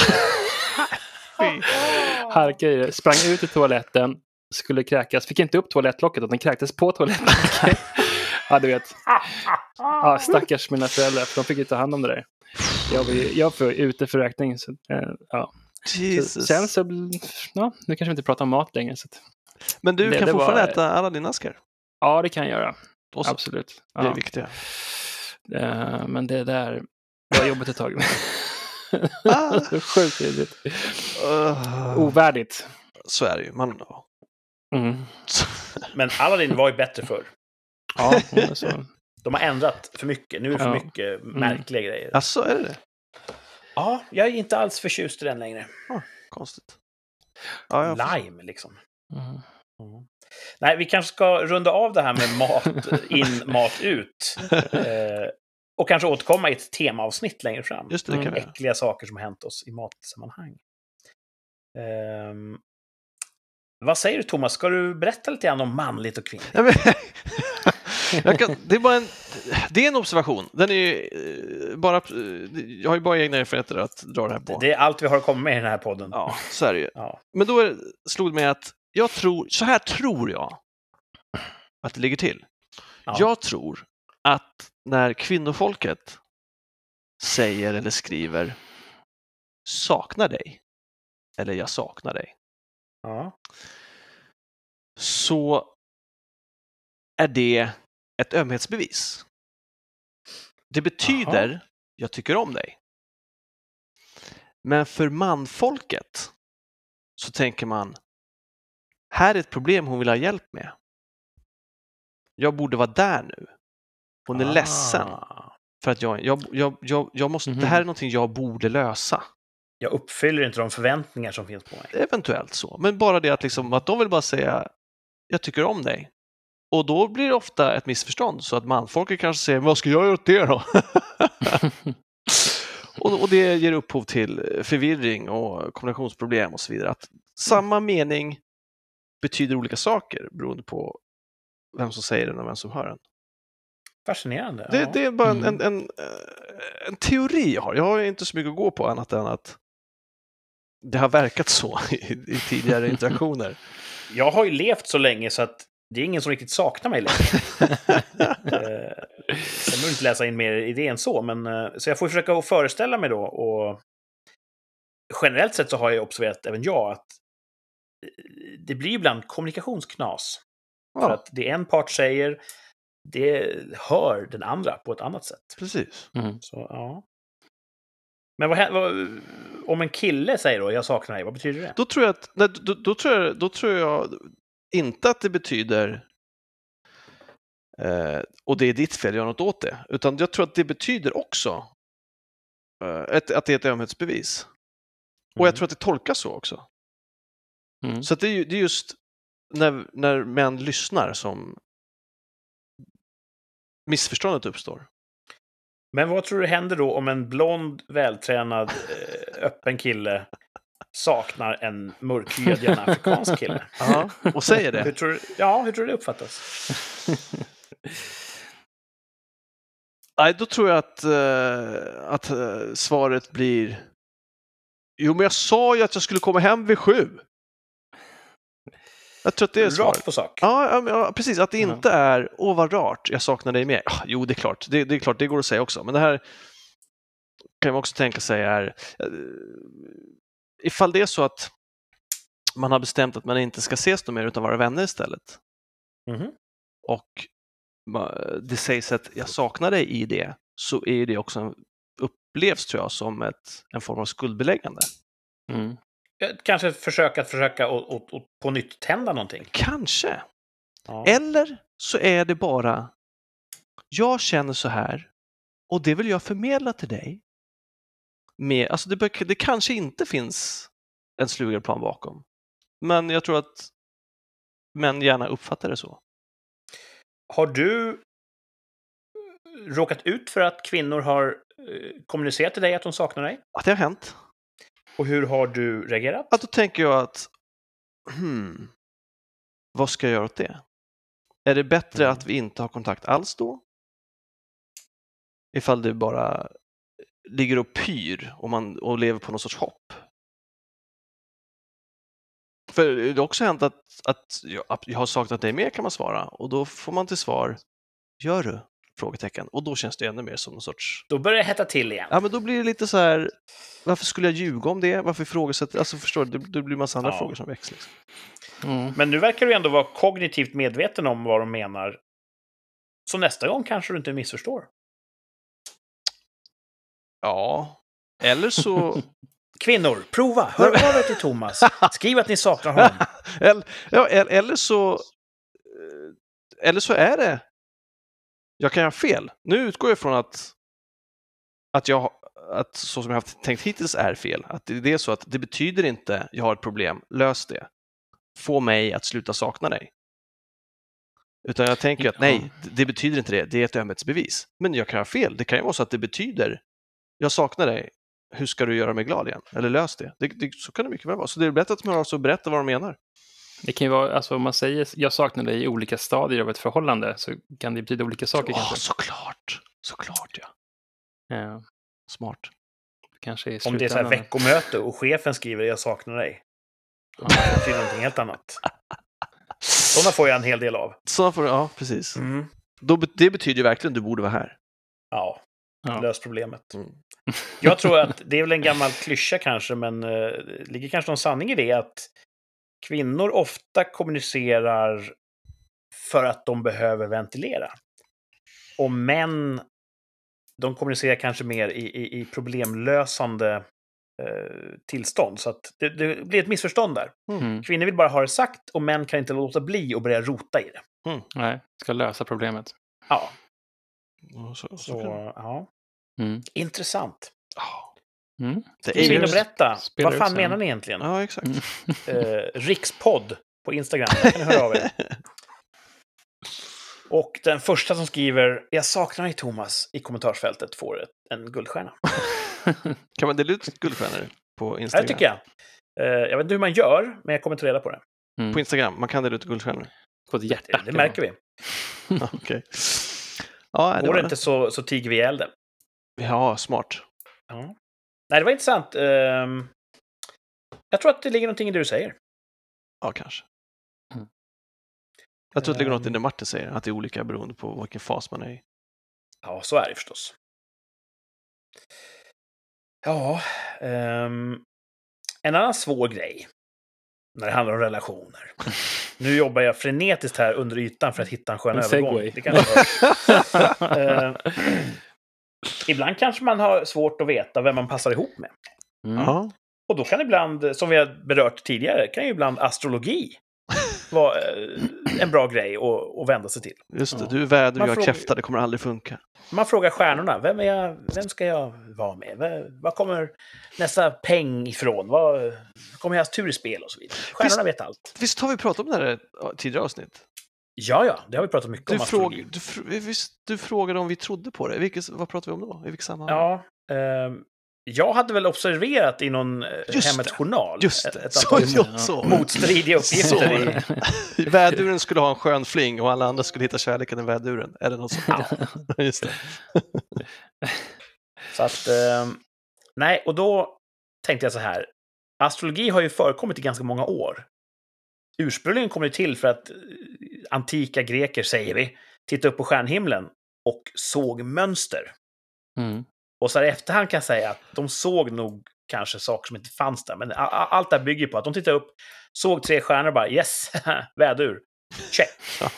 Halka i det. Sprang ut i toaletten. Skulle kräkas. Fick inte upp toalettlocket utan den kräktes på toalettlocket. Ja, du vet. Ja, stackars mina föräldrar. För de fick inte ta hand om det där. Jag var ute för räkning. Så, ja. Jesus. Sen så, nu kanske vi inte pratar om mat längre. Så men du kan fortfarande äta alla dina askar? Ja, det kan jag göra. Också. Absolut. Ja. Det är viktigt. Men det där var jobbigt ett tag. Så sjukt tydligt. Ovärdigt. Så är det ju. Men Aladdin var ju bättre förr. Ja, så. De har ändrat för mycket. Nu är det för mycket märkliga grejer. Ja, så är det. Ja, jag är inte alls förtjust i den längre. Konstigt. Ja, lime, liksom. Nej, vi kanske ska runda av det här med mat in, mat ut. Och kanske återkomma i ett temaavsnitt längre fram. Just det, kan vi. Äckliga saker som har hänt oss i matsammanhang. Vad säger du, Thomas? Ska du berätta lite grann om manligt och kvinnligt? Det är en observation. Den är ju bara, jag har ju bara egna erfarenheter att dra det här på. Det är allt vi har kommit med i den här podden. Ja, så är det ju. Ja. Men då slog det mig att så här tror jag att det ligger till. Ja. Jag tror att när kvinnofolket säger eller skriver saknar dig eller jag saknar dig, så är det ett ömhetsbevis. Det betyder jag tycker om dig. Men för manfolket så tänker man här är ett problem hon vill ha hjälp med. Jag borde vara där nu. Hon är ledsen för att jag måste, det här är någonting jag borde lösa. Jag uppfyller inte de förväntningar som finns på mig. Eventuellt så. Men bara det att, liksom, att de vill bara säga jag tycker om dig. Och då blir det ofta ett missförstånd. Så att manfolket kanske säger vad ska jag göra åt det då? och det ger upphov till förvirring och kommunikationsproblem och så vidare. Att samma mening betyder olika saker beroende på vem som säger den och vem som hör den. Fascinerande. Det är bara en teori jag har. Jag har inte så mycket att gå på annat än att det har verkat så i tidigare interaktioner. Jag har ju levt så länge så att det är ingen som riktigt saknar mig längre. Sen vill inte läsa in mer i det än så, men så jag får försöka att föreställa mig då. Och generellt sett så har jag observerat även jag att det blir ibland kommunikationsknas. Ja. För att det en part säger, det hör den andra på ett annat sätt. Precis. Så, ja. Men om en kille säger då, jag saknar dig, vad betyder det? Då tror jag inte att det betyder och det är ditt fel, gör något åt det. Utan jag tror att det betyder också att det är ett ömhetsbevis. Och jag tror att det tolkas så också. Så att det är just när män lyssnar som missförståndet uppstår. Men vad tror du händer då om en blond, vältränad, öppen kille saknar en mörkhyad, gärna afrikansk kille? Ja, och säger det. Hur tror du det uppfattas? Nej, då tror jag att svaret blir jo, men jag sa ju att jag skulle komma hem vid 7. Jag tror att det är svaret. Rakt på sak. Ja, precis. Att det inte är vad rart, jag saknar dig mer. Jo, det är klart. Det är klart, det går att säga också. Men det här kan man också tänka sig är ifall det är så att man har bestämt att man inte ska ses mer utan vara vänner istället. Och det sägs att jag saknar dig i det, så är det också upplevs, tror jag, som en form av skuldbeläggande. Kanske försöka på nytt tända någonting. Kanske. Ja. Eller så är det bara jag känner så här och det vill jag förmedla till dig. Alltså det kanske inte finns en slugarplan bakom. Men jag tror att män gärna uppfattar det så. Har du råkat ut för att kvinnor har kommunicerat till dig att de saknar dig? Att det har hänt. Och hur har du reagerat? Då tänker jag att vad ska jag göra åt det? Är det bättre att vi inte har kontakt alls då? Ifall det bara ligger och pyr och lever på någon sorts hopp. För det har också hänt att jag har saknat dig mer, kan man svara. Och då får man till svar, gör du? Frågetecken. Och då känns det ännu mer som en sorts... Då börjar det hetta till igen. Ja, men då blir det lite så här, varför skulle jag ljuga om det? Varför ifrågasätta? Alltså förstår du, det blir massa andra frågor som väcks. Liksom. Men nu verkar du ändå vara kognitivt medveten om vad de menar. Så nästa gång kanske du inte missförstår. Ja, eller så... Kvinnor, prova! Hör av er till Thomas. Skriv att ni saknar honom. Eller så är det... Jag kan ha fel. Nu utgår jag från att så som jag har tänkt hittills är fel. Att det är så att det betyder inte jag har ett problem, lös det. Få mig att sluta sakna dig. Utan jag tänker att nej, det betyder inte det. Det är ett ömhetsbevis. Men jag kan ha fel. Det kan ju vara så att det betyder jag saknar dig. Hur ska du göra mig glad igen? Eller lös det. Så kan det mycket väl vara. Så det är bättre att man också berättar vad de menar. Det kan ju vara, alltså om man säger jag saknar dig i olika stadier av ett förhållande, så kan det betyda olika saker. Ja, såklart ja. Ja. Smart. Kanske om det är så här veckomöte och chefen skriver jag saknar dig. Då betyder det någonting helt annat. Sådana får jag en hel del av. Ja, precis. Det betyder ju verkligen att du borde vara här. Ja. Lös problemet. Jag tror att det är väl en gammal klyscha kanske, men ligger kanske någon sanning i det att kvinnor ofta kommunicerar för att de behöver ventilera. Och män, de kommunicerar kanske mer i problemlösande tillstånd. Så att det blir ett missförstånd där. Kvinnor vill bara ha det sagt och män kan inte låta bli och börja rota i det. Nej, ska lösa problemet. Ja. Så. Intressant. Det är berätta. Vad fan menar ni egentligen? Ja, exakt. Rikspodd på Instagram. Där kan ni höra av er. Och den första som skriver jag saknar dig Thomas i kommentarsfältet får en guldstjärna. Kan man dela ut guldstjärnor på Instagram? Ja, det tycker jag. Jag vet inte hur man gör, men jag kommer ta reda på det. På Instagram, man kan dela ut guldstjärnor. På ett hjärta. Det märker vi. Okej. Ja, Går det inte så tiger vi ihjäl det. Ja, smart. Ja. Nej, det var intressant. Jag tror att det ligger någonting i det du säger. Ja, kanske. Jag tror att det ligger något i det Martin säger, att det är olika beroende på vilken fas man är i. Ja, så är det förstås. Ja, en annan svår grej när det handlar om relationer. Nu jobbar jag frenetiskt här under ytan för att hitta en skön övergång. Det kanske ibland kanske man har svårt att veta vem man passar ihop med. Och då kan ibland, som vi har berört tidigare, kan ju ibland astrologi vara en bra grej att vända sig till. Just det, du är väder och jag kräfta, det kommer aldrig funka. Man frågar stjärnorna, vem ska jag vara med? Var kommer nästa peng ifrån? Var kommer jag tur i spel och så vidare? Stjärnorna vet allt. Visst har vi pratat om det här tidigare avsnitt? Ja, det har vi pratat mycket om astrologi. Du frågade om vi trodde på det. Vad pratade vi om då? I vilket sammanhang? Ja, jag hade väl observerat i någon Hemmets journal ett antal motstridiga uppgifter. Väduren skulle ha en skön fling och alla andra skulle hitta kärleken i väduren. Är det något sånt? Ja. Just det. Så att, nej, och då tänkte jag så här. Astrologi har ju förekommit i ganska många år. Ursprungligen kom det till för att antika greker, säger vi, tittade upp på stjärnhimlen och såg mönster. Och så här i efterhand kan jag säga att de såg nog kanske saker som inte fanns där. Men allt det bygger på att de tittade upp, såg 3 stjärnor och bara yes, vädur, check.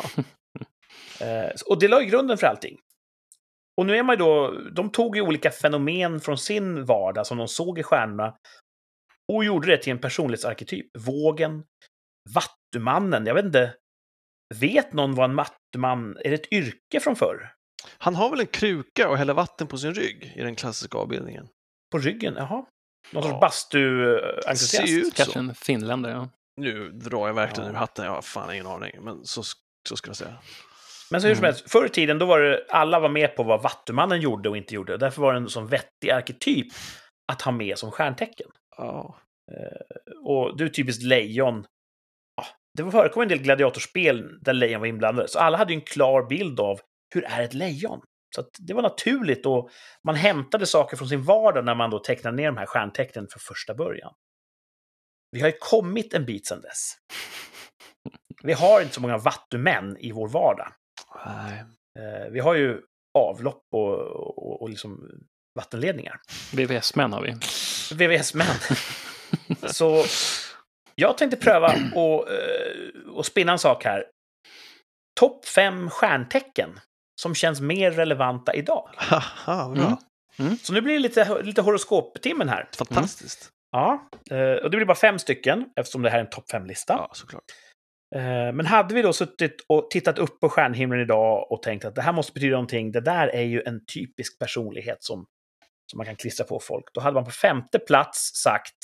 Och det la ju grunden för allting. Och nu är man ju då, de tog ju olika fenomen från sin vardag som de såg i stjärnorna och gjorde det till en personlighetsarketyp. Vågen, vattumannen, jag vet inte, vet någon vad en vattuman, är det ett yrke från förr? Han har väl en kruka och häller vatten på sin rygg i den klassiska avbildningen. På ryggen, jaha. Någon sorts bastu-entusiast. Kanske en finländare, ja. Nu drar jag verkligen ur hatten, jag har fan ingen aning, men så ska jag säga. Men så hur som helst, förr i tiden då var det, alla var med på vad vattumannen gjorde och inte gjorde. Därför var det en sån vettig arketyp att ha med som stjärntecken. Och du är typiskt lejon. Det förekom en del gladiatorspel där lejon var inblandade. Så alla hade ju en klar bild av hur är ett lejon. Så att det var naturligt och man hämtade saker från sin vardag när man då tecknade ner de här stjärntecknen för första början. Vi har ju kommit en bit sedan dess. Vi har inte så många vattumän i vår vardag. Nej. Vi har ju avlopp och liksom vattenledningar. VVS-män har vi. VVS-män. Så jag tänkte pröva och spinna en sak här. Topp 5 stjärntecken som känns mer relevanta idag. Haha, bra. Så nu blir det lite horoskoptimmen här. Fantastiskt. Ja, och det blir bara 5 stycken eftersom det här är en topp 5-lista. Ja, såklart. Men hade vi då suttit och tittat upp på stjärnhimlen idag och tänkt att det här måste betyda någonting, det där är ju en typisk personlighet som man kan klistra på folk. Då hade man på 5:e plats sagt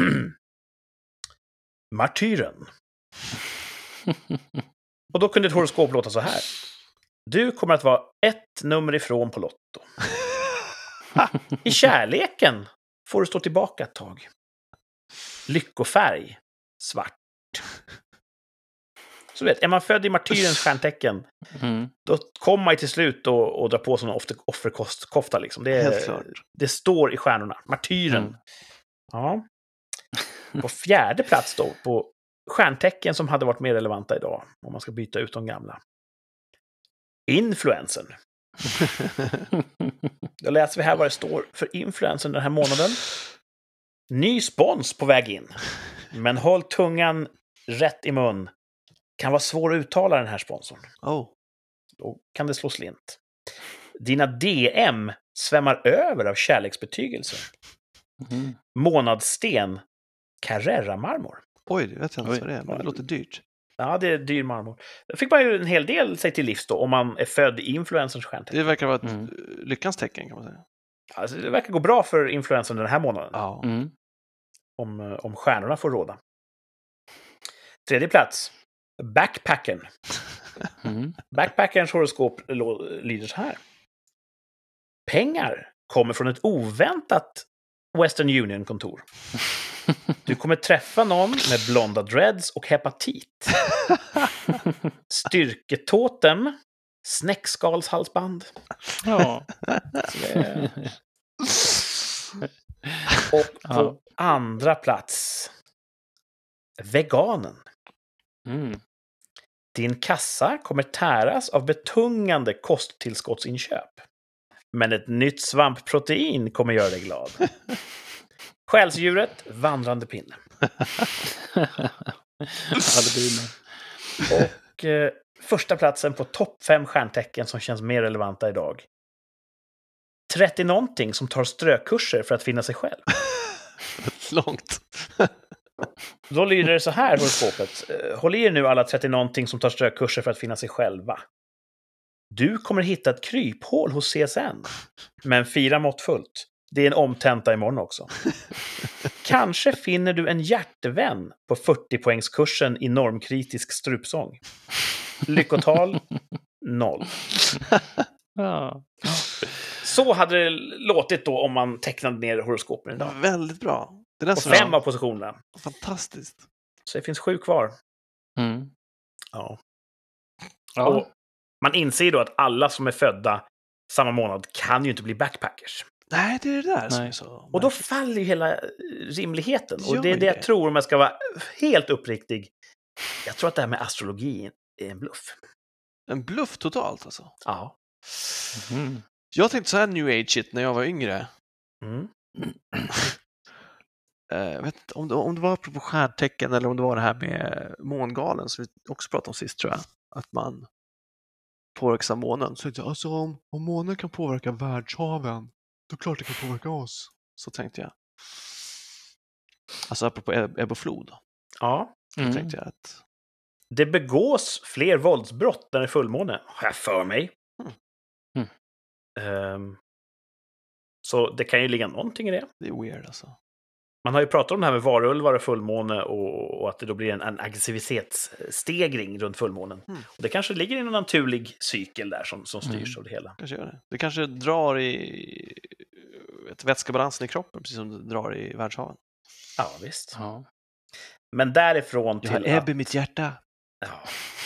martyren. Och då kunde ett horoskop låta så här. Du kommer att vara 1 nummer ifrån på Lotto. I kärleken får du stå tillbaka ett tag. Lyckofärg, svart. Så vet, är man född i martyrens stjärntecken, då kommer man till slut och dra på sån offerkofta. Liksom. Det står i stjärnorna. Martyren. Ja. På 4:e plats då, på stjärntecken som hade varit mer relevanta idag, om man ska byta ut de gamla. Influensen. Då läser vi här vad det står för influensen den här månaden. Ny spons på väg in. Men håll tungan rätt i mun. Kan vara svår att uttala den här sponsorn. Då kan det slå slint. Dina DM svämmar över av kärleksbetygelser. Månadssten Carrera-marmor. Oj, det vet jag inte vad det är, men det låter dyrt. Ja, det är dyr marmor. Det fick man ju en hel del sig till livs då, om man är född i influencers stjärntecken. Det verkar vara ett lyckans tecken, kan man säga. Alltså, det verkar gå bra för influencern den här månaden. Ja. Om stjärnorna får råda. 3:e plats. Backpacken. Backpackerns horoskop lyder så här. Pengar kommer från ett oväntat Western Union-kontor. Du kommer träffa någon med blonda dreads och hepatit. Styrketotem, snäckskalshalsband. Ja. Och på andra plats, veganen. Mm. Din kassa kommer täras av betungande kosttillskottsinköp. Men ett nytt svampprotein kommer göra dig glad. Själsdjuret, vandrande pinne. Och första platsen på topp 5 stjärntecken som känns mer relevanta idag. 30-någonting som tar strökurser för att finna sig själv. Långt. Då lyder det så här, horoskopet. Håll i er nu alla 30-någonting som tar strökurser för att finna sig själva. Du kommer hitta ett kryphål hos CSN. Men fira måttfullt. Det är en omtenta imorgon också. Kanske finner du en hjärtevän på 40-poängskursen i normkritisk strupsång. Lyckotal 0. Ja. Så hade det låtit då om man tecknade ner horoskopen idag. Väldigt bra. Det där Och 5 av positionerna. Fantastiskt. Så det finns 7 kvar. Mm. Ja. Ja. Och man inser då att alla som är födda samma månad kan ju inte bli backpackers. Nej, det är det där som Nej. är så... Och då faller ju hela rimligheten. Och Gör det är det det. jag tror, om jag ska vara helt uppriktig. Jag tror att det här med astrologi är en bluff. En bluff totalt alltså. Ja. Mm. Jag tänkte så här new age-igt när jag var yngre. Mm. Jag vet inte om det var apropå stjärntecken eller om det var det här med mångalen som vi också pratade om sist, tror jag. Att man påverkas av månen. Så tänkte jag, alltså om månen kan påverka världshaven, då är klart det kan påverka oss. Så tänkte jag. Alltså apropå ebb och flod. Ja. Så tänkte jag att... Det begås fler våldsbrott när det är fullmåne, har jag för mig. Så det kan ju ligga någonting i det. Det är weird alltså. Man har ju pratat om det här med varulvar och fullmåne och att det då blir en aggressivitetsstegring runt fullmånen. Och det kanske ligger i någon naturlig cykel där som styrs av det hela. Kanske gör det. Det kanske drar i vätskebalansen i kroppen, precis som det drar i världshaven. Ja, visst. Ja. Men därifrån Jag har till ebb i mitt hjärta. Ja.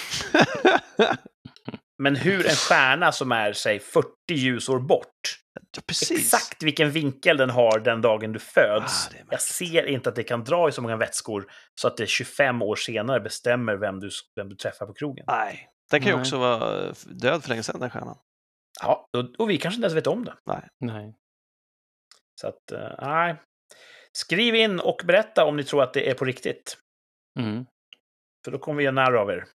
Men hur en stjärna som är, säg, 40 ljusår bort, Ja, precis. exakt vilken vinkel den har den dagen du föds. Det är jag ser inte att det kan dra i så många vätskor så att det 25 år senare bestämmer vem du träffar på krogen. Nej, den kan ju Nej. också vara död för länge sedan, den stjärnan. Ja, och vi kanske inte ens vet om det. Nej. Så att, nej. Skriv in och berätta om ni tror att det är på riktigt. Mm. För då kommer vi göra narr av er.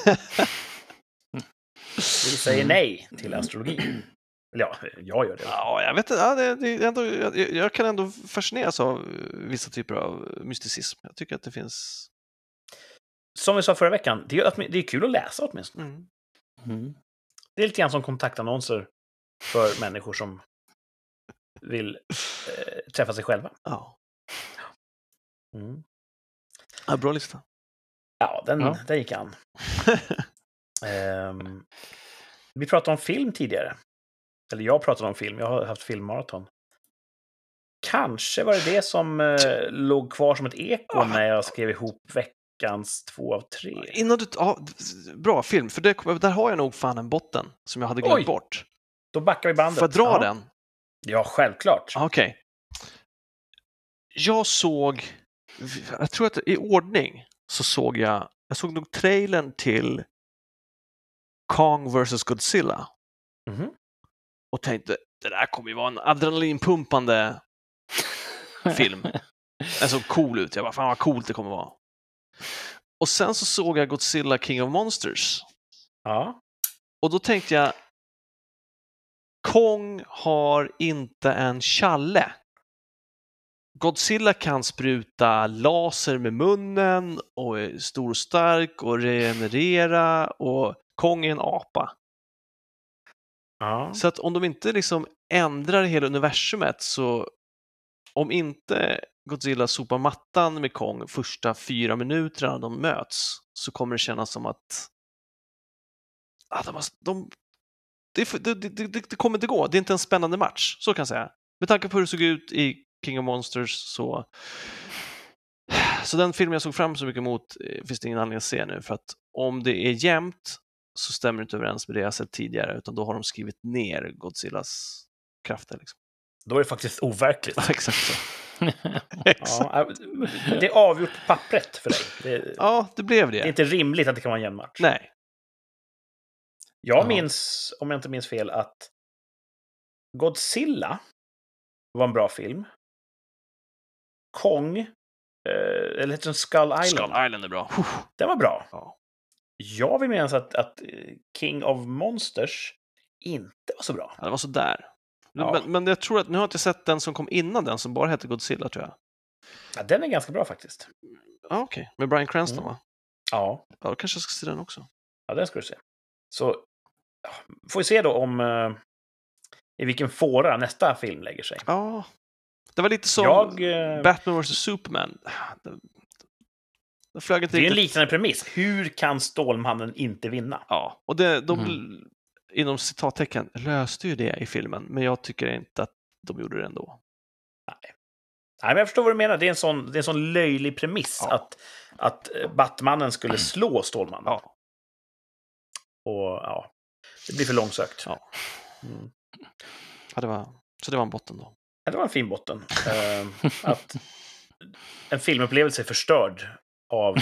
Vi säger nej till astrologi. Eller ja, jag gör det. Ja, jag vet inte. Ja, det är ändå, jag kan ändå fascineras av vissa typer av mysticism. Jag tycker att det finns... Som vi sa förra veckan, det är kul att läsa åtminstone. Mm. Mm. Det är lite grann som kontaktannonser för människor som vill träffa sig själva. Ja. Mm. Ja, bra lista. Ja, den gick an. Vi pratade om film tidigare. Eller jag pratade om film. Jag har haft filmmaraton. Kanske var det som låg kvar som ett eko när jag skrev ihop veckans 2 av 3. Innan du... Ja, bra film, för där har jag nog fan en botten som jag hade glömt bort. Då backar vi bandet. Får jag dra den? Ja, självklart. Okej. Jag tror att i ordning så såg jag nog trailern till Kong vs. Godzilla. Mhm. Och tänkte, det där kommer ju vara en adrenalinpumpande film. Den såg cool ut. Jag bara, fan vad coolt det kommer vara. Och sen så såg jag Godzilla King of Monsters. Ja. Och då tänkte jag, Kong har inte en challe. Godzilla kan spruta laser med munnen och är stor och stark och regenerera, och Kong är en apa. Ja. Så att om de inte liksom ändrar hela universumet, så om inte Godzilla sopar mattan med Kong första 4 minuterna de möts, så kommer det kännas som att det kommer inte gå. Det är inte en spännande match, så kan jag säga. Med tanke på hur det såg ut i King of Monsters, så Så den filmen jag såg fram så mycket emot finns det ingen anledning att se nu, för att om det är jämnt så stämmer det inte överens med det jag sett tidigare, utan då har de skrivit ner Godzillas krafter. Liksom. Då är det faktiskt overkligt. Exakt så. Ja, det är avgjort på pappret för dig. Ja, det blev det. Det är inte rimligt att det kan vara en jämn match. Nej. Jag minns, om jag inte minns fel, att Godzilla var en bra film. Kong, eller heter den Skull Island? Skull Island är bra. Den var bra. Ja. Jag vill minnas att King of Monsters inte var så bra. Ja, det var så där. Ja. Men jag tror att, nu har jag inte sett den som kom innan den, som bara hette Godzilla, tror jag. Ja, den är ganska bra faktiskt. Ja, okej. Med Bryan Cranston, va? Ja. Ja, då kanske jag ska se den också. Ja, den ska du se. Så får vi se då om i vilken fåra nästa film lägger sig. Ja. Det var lite som Batman vs. Superman. Det flög inte det är riktigt. en liknande premiss. Hur kan Stålmannen inte vinna? Ja, och de inom citattecken löste ju det i filmen, men jag tycker inte att de gjorde det ändå. Nej, men jag förstår vad du menar. Det är en sån löjlig premiss att Batmannen skulle slå Stålmannen. Ja. Och ja, det blir för långsökt. Ja. Så det var en botten då. Ja, det var en fin botten. Att en filmupplevelse är förstörd av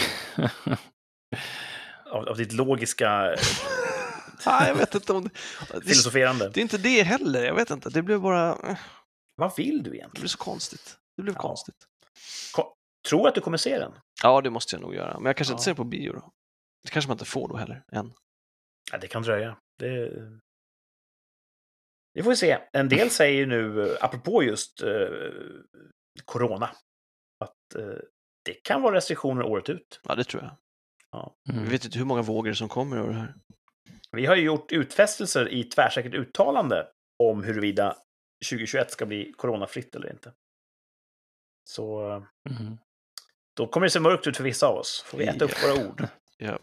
ditt logiska Jag vet inte om filosoferande. Det är inte det heller, jag vet inte. Det blev bara... Vad vill du Det egentligen? blev så konstigt. Det blev konstigt. Tror att du kommer se den? Ja, det måste jag nog göra. Men jag kanske inte ser på bio då. Det kanske man inte får då heller, än. Ja, det kan dröja. Det får vi se. En del säger nu, apropå just corona, att det kan vara restriktioner året ut. Ja, det tror jag. Ja. Vi vet inte hur många vågor som kommer över det här. Vi har ju gjort utfästelser i tvärsäkert uttalande om huruvida 2021 ska bli coronafritt eller inte. Så då kommer det se mörkt ut för vissa av oss. Får vi äta upp våra ord. Ja.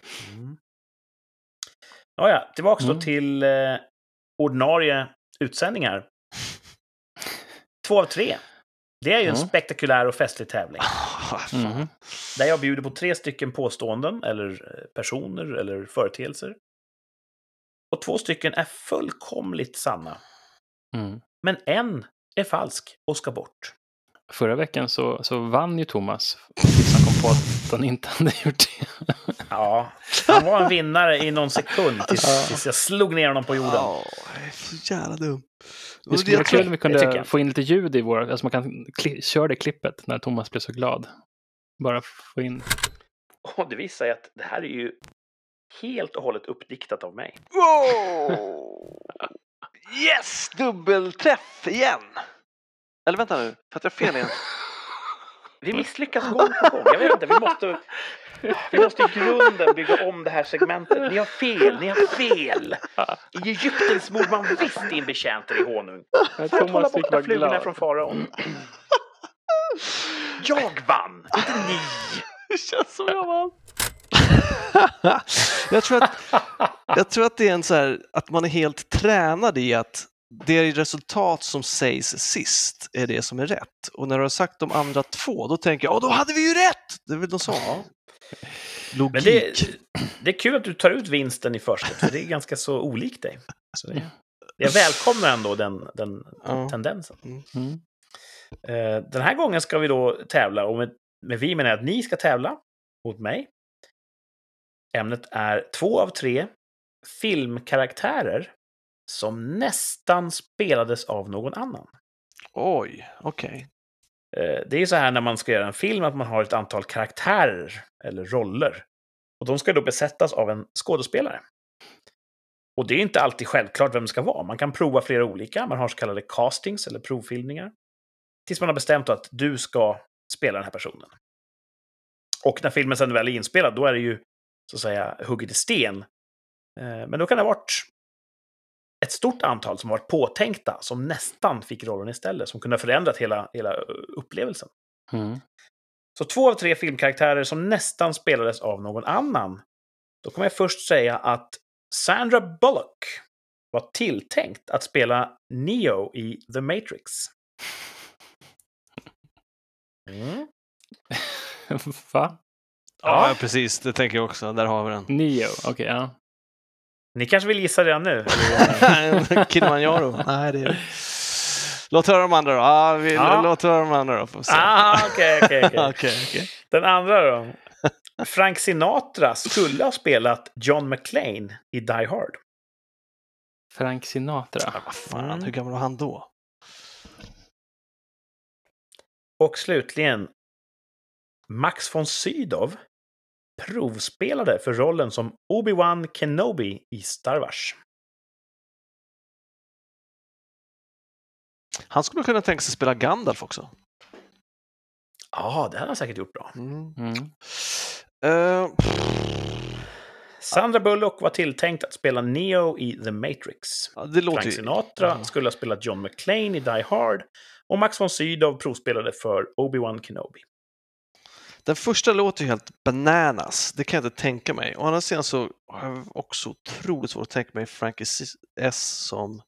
Ja, tillbaka då till ordinarie utsändningar. 2 av 3. Det är ju en spektakulär och festlig tävling. Där jag bjuder på 3 stycken påståenden, eller personer, eller företeelser. Och 2 stycken är fullkomligt sanna. Men en är falsk och ska bort. Förra veckan så vann ju Thomas. Han kom på att han inte hade gjort det. Ja, han var en vinnare i någon sekund tills jag slog ner honom på jorden. Ja, det är så jävla dum. Det skulle vara kul om vi kunde få in lite ljud i våra... Alltså man kan köra det klippet när Thomas blir så glad. Bara få in... Och det visar ju att det här är ju helt och hållet uppdiktat av mig. Wow! Yes! Dubbelträff igen! Eller vänta nu, för att jag fel igen. Vi misslyckas gång på gång. Jag vet inte, vi måste i grunden bygga om det här segmentet. Ni har fel! I Egypten smord man visst in betjänter i honung. För att hålla borta flugorna från faraon. Jag vann, inte ni! Det känns som jag vann. jag tror att det är en så här, att man är helt tränad i att det resultat som sägs sist är det som är rätt. Och när du har sagt de andra 2, då tänker jag, då hade vi ju rätt! Det är väl något sånt. Logik. Men det är kul att du tar ut vinsten i förskott, för det är ganska så olikt dig. Så jag välkomnar ändå den tendensen. Den här gången ska vi då tävla, och med vi menar att ni ska tävla mot mig. Ämnet är 2 av 3 filmkaraktärer som nästan spelades av någon annan. Oj, okej. Det är så här när man ska göra en film att man har ett antal karaktärer eller roller. Och de ska då besättas av en skådespelare. Och det är inte alltid självklart vem det ska vara. Man kan prova flera olika. Man har så kallade castings eller provfilmningar. Tills man har bestämt att du ska spela den här personen. Och när filmen sedan väl är inspelad, då är det ju så att säga hugget i sten. Men då kan det ha varit ett stort antal som varit påtänkta, som nästan fick rollen istället, som kunde ha förändrat hela upplevelsen. Så 2 av 3 filmkaraktärer som nästan spelades av någon annan. Då kommer jag först säga att Sandra Bullock var tilltänkt att spela Neo i The Matrix. Va? Ja, precis. Det tänker jag också. Där har vi den. Neo, okej, ja. Ni kanske vill gissa redan nu? Kilimanjaro. Nej, det är... Låt höra de andra då. Låt höra de andra då. Okej. Den andra då. Frank Sinatra skulle ha spelat John McClane i Die Hard. Frank Sinatra. Vad fan, hur gammal var han då? Och slutligen, Max von Sydow provspelade för rollen som Obi-Wan Kenobi i Star Wars. Han skulle kunna tänka sig spela Gandalf också. Ja, det hade han säkert gjort bra. Sandra Bullock var tilltänkt att spela Neo i The Matrix. Ja, det låter Frank Sinatra skulle ha spelat John McClane i Die Hard. Och Max von Sydow provspelade för Obi-Wan Kenobi. Den första låter ju helt bananas. Det kan jag inte tänka mig. Och andra sidan så har jag också otroligt svårt att tänka mig Frankie S. som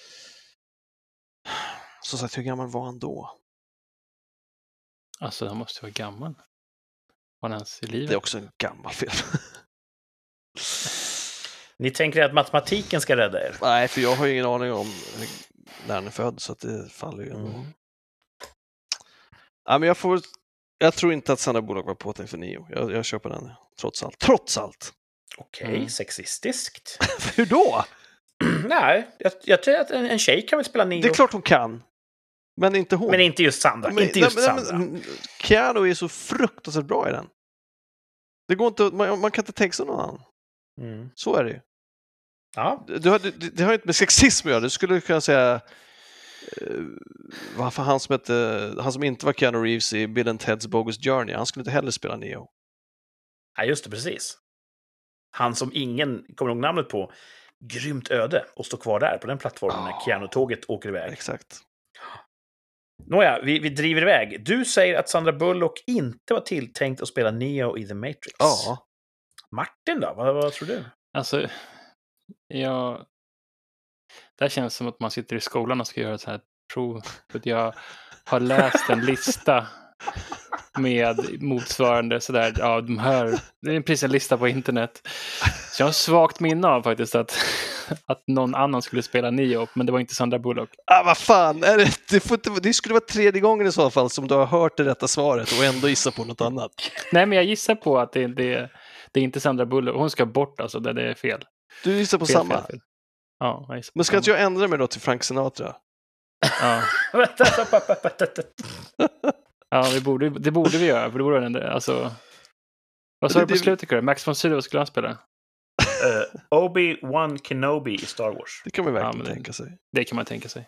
sagt, hur gammal var han då? Alltså, han måste vara gammal. Var han ens i livet? Det är också en gammal film. Ni tänker att matematiken ska rädda er? Nej, för jag har ju ingen aning om när han är född, så att det faller ju ändå. Ja, men jag tror inte att Sandra Bullock var påtänkt för Neo. Jag köper den, trots allt. Okej, sexistiskt. Hur då? Nej, jag tror att en tjej kan väl spela Neo. Det är klart hon kan. Men inte hon. Men inte just Sandra. Men Keanu är så fruktansvärt bra i den. Det går inte, man kan inte tänka sig någon annan. Så är det ju. Ja. Det har inte med sexism att göra. Du skulle kunna säga varför han som inte var Keanu Reeves i Bill and Ted's Bogus Journey, han skulle inte heller spela Neo. Ja, just det, precis. Han som ingen kommer ihåg namnet på. Grymt öde och stå kvar där på den plattformen när Keanu-tåget åker iväg. Exakt. Nåja, vi driver iväg. Du säger att Sandra Bullock inte var tilltänkt att spela Neo i The Matrix. Ja. Martin då? Vad tror du? Alltså, det här känns som att man sitter i skolan och ska göra ett så här prov. För att jag har läst en lista med motsvarande sådär, ja, det är precis en lista på internet. Så jag har svagt minne av faktiskt att någon annan skulle spela Neo, men det var inte Sandra Bullock. Vad fan, det skulle vara tredje gången i så fall som du har hört det rätta svaret och ändå gissa på något annat. Nej, men jag gissar på att det är inte Sandra Bullock. Hon ska bort alltså, det är fel. Du gissar på samma? Fel. Ja, jag gissar på men ska inte jag ändra mig då till Frank Sinatra? Ja. Ja, det borde vi göra. För det borde alltså... Vad sa du på slutet? Max von Sydow skulle han spela? Obi-Wan Kenobi i Star Wars. Det kan man verkligen tänka sig. Det kan man tänka sig.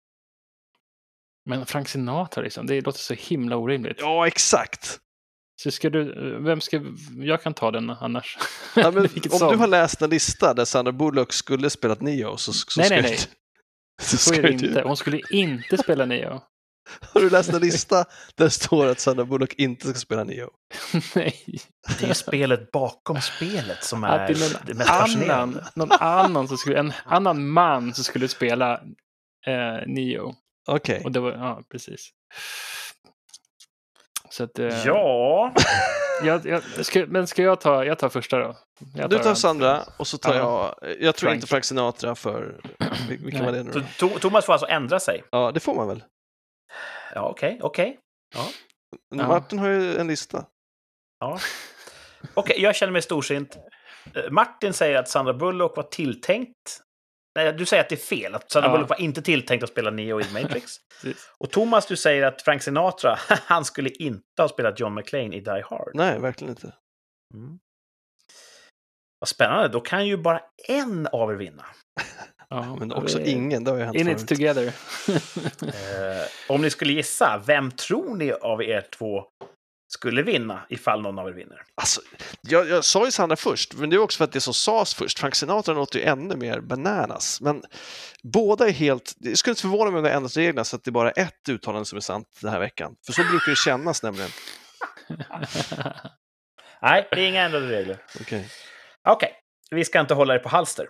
Men Frank Sinatra liksom, det låter så himla orimligt. Ja, exakt. Så jag kan ta den annars. Ja, men om du har läst en lista där Sandra Bullock skulle spelat Neo så nej. Så är det inte. Hon skulle inte spela Neo. Har du läst en lista där det står att Sandra Bullock inte ska spela Neo? Nej. Det är ju spelet bakom spelet som är det mest fascinerande. En annan man som skulle spela Neo. Okej. Och det var, ja, precis. Så att, ja. Men ska jag tar första då? Du tar Sandra och så tar jag tror inte Frank Sinatra för vilken var det nu då? Thomas får alltså ändra sig. Ja, det får man väl. Ja, okej. Ja. Martin har ju en lista. Ja. Okej, jag känner mig storsint. Martin säger att Sandra Bullock var tilltänkt. Nej, du säger att det är fel. Att Sandra Bullock var inte tilltänkt att spela Neo i The Matrix. Och Thomas, du säger att Frank Sinatra, han skulle inte ha spelat John McClane i Die Hard. Nej, verkligen inte. Vad spännande. Då kan ju bara en av er vinna. Ja, men också ingen. Det har ju hänt in it together. Om ni skulle gissa, vem tror ni av er två skulle vinna ifall någon av er vinner? Alltså, jag sa ju Sandra först, men det är också för att det som sades först. Frank Sinatra låter ju ännu mer bananas. Men båda är helt... Det skulle inte förvåna mig om det ändras reglerna så att det är bara ett uttalande som är sant den här veckan. För så brukar det kännas nämligen. Nej, det är inga ändrade regler. Okej. Vi ska inte hålla er på halster.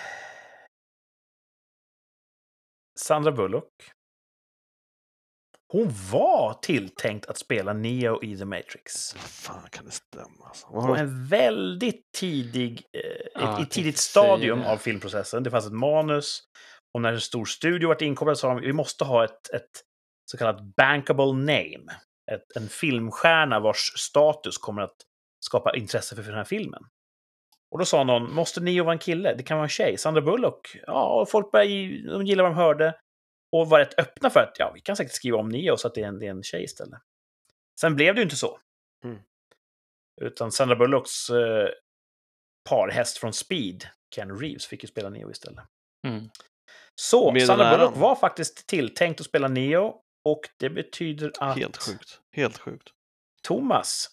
Sandra Bullock. Hon var tilltänkt att spela Neo i The Matrix. Vad fan kan det stämma? Alltså? På en väldigt tidigt stadium av filmprocessen. Det fanns ett manus. Och när en stor studio varit inkopplad sa de vi måste ha ett så kallat bankable name. En filmstjärna vars status kommer att skapa intresse för den här filmen. Och då sa någon, måste Neo vara en kille? Det kan vara en tjej. Sandra Bullock. Ja, och folk de gillade vad de hörde. Och var rätt öppna för att vi kan säkert skriva om Neo så att det är en tjej istället. Sen blev det ju inte så. Utan Sandra Bullocks parhäst från Speed, Keanu Reeves, fick ju spela Neo istället. Så, Sandra Bullock var faktiskt tilltänkt att spela Neo. Och det betyder att... Helt sjukt. Thomas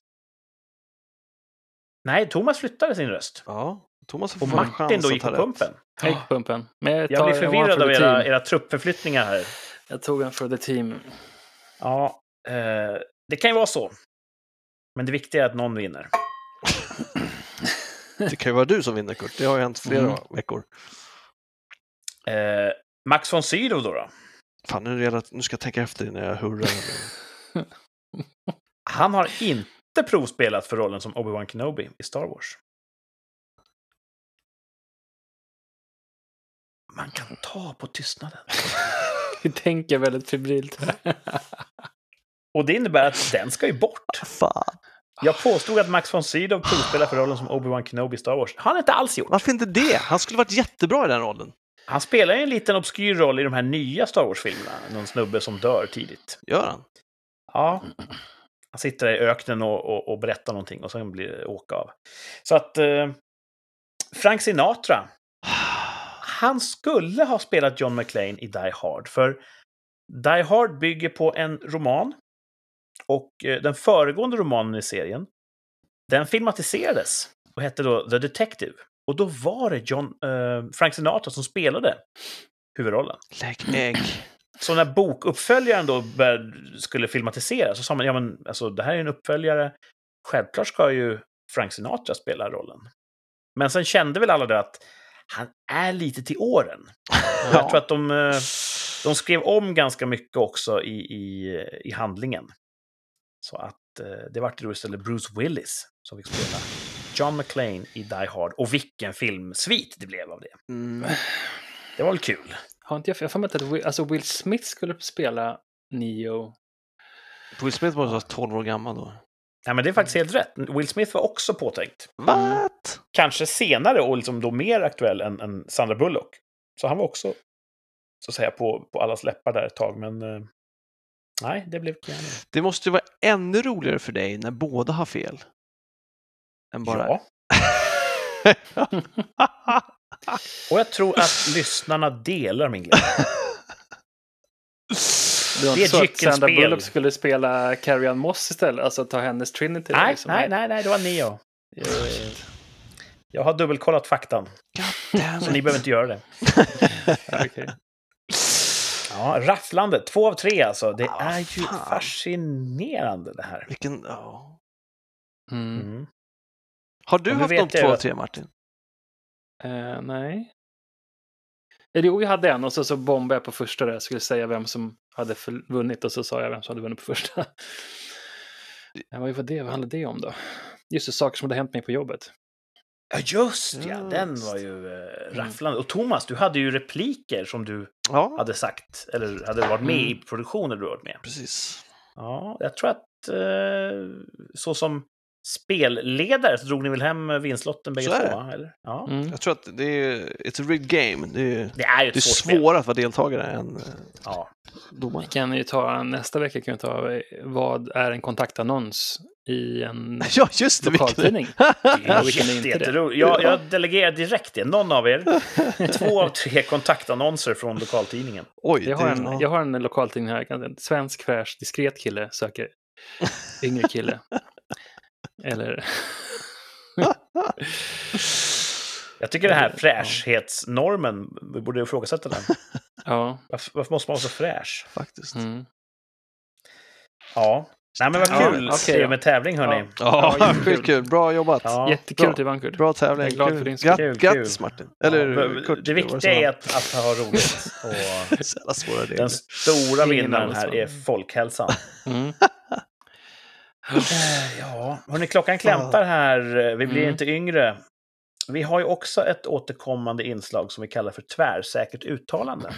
flyttade sin röst. Ja, Thomas och Martin då gick på pumpen. Jag gick på pumpen. Men jag blir förvirrad av era truppförflyttningar här. Jag tog en för the team. Ja, det kan ju vara så. Men det viktiga är att någon vinner. Det kan ju vara du som vinner, Kurt. Det har ju hänt flera veckor. Max von Sydow då? Fan, nu ska jag tänka efter när jag hurrar. Han har inte provspelat för rollen som Obi-Wan Kenobi i Star Wars. Man kan ta på tystnaden. Vi tänker väldigt febrilt. Och det innebär att den ska ju bort. Fan. Jag påstod att Max von Sydow provspelar för rollen som Obi-Wan Kenobi i Star Wars. Han har inte alls gjort. Varför inte det? Han skulle varit jättebra i den rollen. Han spelar ju en liten obskyr roll i de här nya Star Wars-filmerna. Någon snubbe som dör tidigt. Gör han? Ja. Han sitter där i öknen och berättar någonting och sen blir det åka av. Så att Frank Sinatra, han skulle ha spelat John McClane i Die Hard. För Die Hard bygger på en roman. Och den föregående romanen i serien, den filmatiserades och hette då The Detective. Och då var det Frank Sinatra som spelade huvudrollen. Lägg ägg. Så när bokuppföljaren då skulle filmatiseras så sa man, men alltså, det här är en uppföljare. Självklart ska ju Frank Sinatra spela rollen. Men sen kände väl alla det att han är lite till åren. Jag tror att de skrev om ganska mycket också i handlingen. Så att det var då istället Bruce Willis som fick spela John McClane i Die Hard. Och vilken filmsvit det blev av det. Det var väl kul. Har inte jag får med att Will Smith skulle spela Neo. Will Smith var 12 år gammal då. Ja, men det är faktiskt helt rätt. Will Smith var också påtänkt. What? Kanske senare och liksom då mer aktuell än Sandra Bullock. Så han var också så att säga på allas läppar där ett tag. Men nej, det blev Keanu. Det måste ju vara ännu roligare för dig när båda har fel. Än bara... Ja. Och jag tror att lyssnarna delar min glädje. Det var inte så att Sandra Bullock skulle spela Carrie Ann Moss istället, alltså ta hennes Trinity. Nej, det var Neo. Jag har dubbelkollat faktan. Så ni behöver inte göra det. Okay. Ja, rafflande. 2 av 3 alltså. Det är ju fascinerande det här. Vilken... Har du haft något 2 av 3, Martin? Nej. Jo, jag hade en och så bombade jag på första där. Jag skulle säga vem som hade vunnit och så sa jag vem som hade vunnit på första. Vad handlade det om då? Just det, saker som hade hänt mig på jobbet. Ja, just ja. Den var ju rafflande. Och Thomas, du hade ju repliker som du hade sagt. Eller hade varit med i produktionen du varit med. Precis. Ja, jag tror att så som spelledare så drog ni väl hem vinstlotten bägge två, eller? Ja. Jag tror att det är it's a rigged game. Det är ju svårare att vara deltagare än domare. Vi kan ju ta nästa vecka vad är en kontaktannons i en lokaltidning. Jag delegerar direkt det. Någon av er 2 av 3 kontaktannonser från lokaltidningen. Oj, jag har en lokaltidning här. En svensk, fräsch, diskret kille söker yngre kille. Eller... Jag tycker det här fräschhetsnormen, vi borde ifrågasätta den. Ja. Varför måste man vara så fräsch? Faktiskt. Ja, Nej, men vad kul med tävling, hörni. Ja, kul. Bra jobbat. Ja, jättekul till Vancouver. Bra tävling. Jag är glad för din skull. Grattis, Martin. Eller Kurt. Det viktiga är att ha roligt. Och den stora vinnaren här är folkhälsan. Ja, hörni, klockan klämtar här. Vi blir inte yngre. Vi har ju också ett återkommande inslag som vi kallar för tvärsäkert uttalande.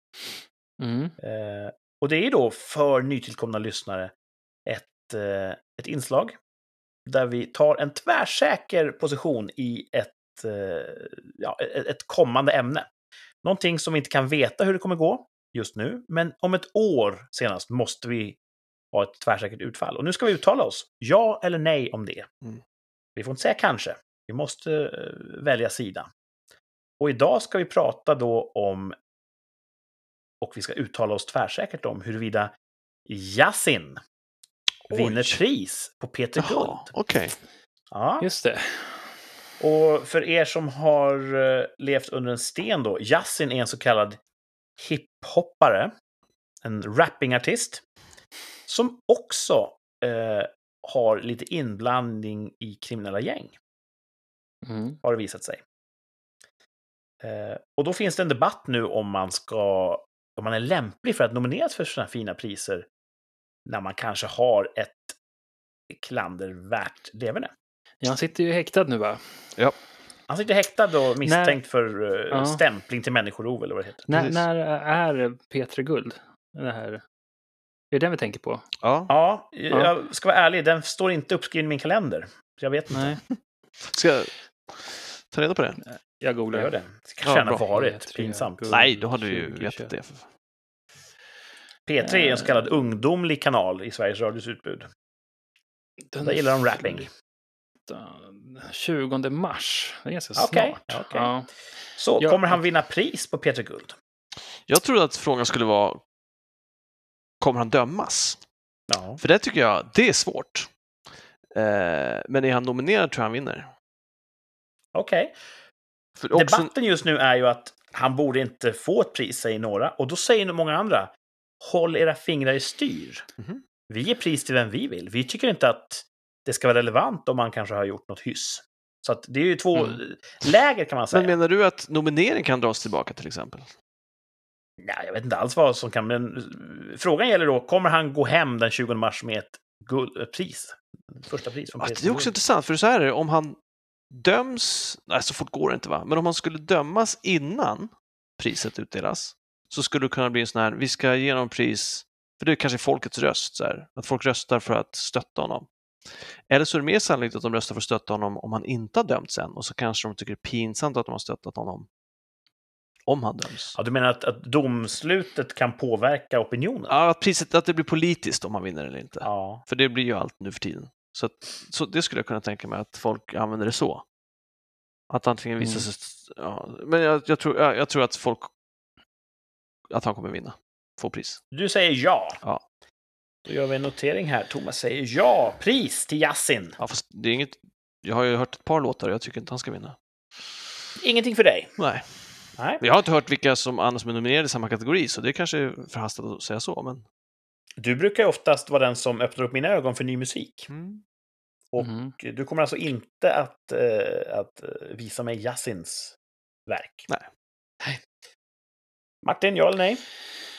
Och det är ju då för nytillkomna lyssnare ett inslag där vi tar en tvärsäker position i ett kommande ämne. Någonting som vi inte kan veta hur det kommer gå just nu, men om ett år senast måste vi ha ett tvärsäkert utfall. Och nu ska vi uttala oss, ja eller nej om det. Vi får inte säga kanske. Vi måste välja sida. Och idag ska vi prata då om, och vi ska uttala oss tvärsäkert om, huruvida Yasin vinner pris på Peter Guld. Okej. Ja. Just det. Och för er som har levt under en sten då, Yasin är en så kallad hiphoppare, en rappingartist, som också har lite inblandning i kriminella gäng. Har det visat sig. Och då finns det en debatt nu om man är lämplig för att nomineras för sådana fina priser när man kanske har ett klandervärt leverne. Ja, han sitter ju häktad nu, va? Ja. Han sitter häktad och misstänkt för stämpling till människorov, eller vad det heter. När är Peter Guld? Det här. Är det den vi tänker på? Ja, jag ska vara ärlig. Den står inte uppskriven i min kalender. Så jag vet inte. Nej. Ska jag ta reda på det? Jag googlar. Gör det. Det kan känna varit pinsamt. Nej, då hade du ju vetat det. P3 är en så kallad ungdomlig kanal i Sveriges Radios utbud. Där gillar de rapping. 20 mars. Det är ganska snart. Okay. Ja. Så, kommer han vinna pris på Peter Guld? Jag trodde att frågan skulle vara, kommer han dömas? Ja. För det tycker jag, det är svårt. Men är han nominerad tror jag han vinner. Okej. Debatten just nu är ju att han borde inte få ett pris, säger några. Och då säger många andra, håll era fingrar i styr. Vi ger pris till vem vi vill. Vi tycker inte att det ska vara relevant om man kanske har gjort något hyss. Så att det är ju två läger, kan man säga. Men menar du att nominering kan dras tillbaka till exempel? Nej, jag vet inte alls vad som kan... Men frågan gäller då, kommer han gå hem den 20 mars med ett pris? Första pris från Peter. Det är också intressant, för så här är det, om han döms... Nej, så fort går det inte, va? Men om han skulle dömas innan priset utdelas, så skulle det kunna bli en sån här, vi ska ge honom pris, för det är kanske folkets röst, så här, att folk röstar för att stötta honom. Eller så är det mer sannolikt att de röstar för att stötta honom om han inte har dömts än, och så kanske de tycker det är pinsamt att de har stöttat honom om han döms. Ja, du menar att domslutet kan påverka opinionen? Ja, att det blir politiskt om han vinner eller inte. Ja. För det blir ju allt nu för tiden. Så det skulle jag kunna tänka mig att folk använder det så. Att antingen visa sig... Ja, men jag tror att folk... Att han kommer vinna. Få pris. Du säger ja. Ja. Då gör vi en notering här. Thomas säger ja. Pris till Yasin. Ja, fast det är inget... Jag har ju hört ett par låtar och jag tycker inte han ska vinna. Ingenting för dig? Nej. Nej. Jag har inte hört vilka som annars är nominerade i samma kategori, så det är kanske förhastat att säga så, men... Du brukar ju oftast vara den som öppnar upp mina ögon för ny musik. Och du kommer alltså inte att visa mig Yasins verk? Nej. Martin, ja eller nej?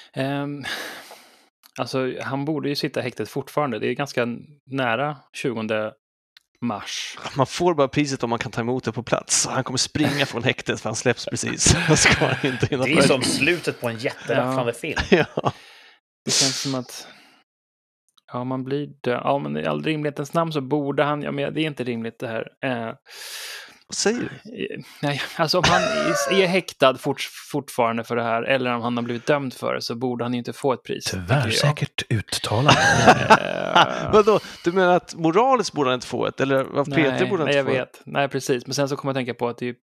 Alltså, han borde ju sitta häktet fortfarande. Det är ganska nära 20 mars. Man får bara priset om man kan ta emot det på plats. Han kommer springa från häktet för han släpps precis. Ska inte hinna det är som slutet på en jätterafflande film. Ja. Det känns som att man blir död. Ja, men i all rimlighetens namn så borde han... Ja, men det är inte rimligt det här. Vad säger du? Nej, alltså om han är häktad fortfarande för det här, eller om han har blivit dömd för det, så borde han inte få ett pris. Tvärsäkert uttalande. Vadå? Du menar att moraliskt borde han inte få ett? Eller vad Peter borde han inte få? Nej, jag vet. Nej, precis. Men sen så kommer jag tänka på att det är...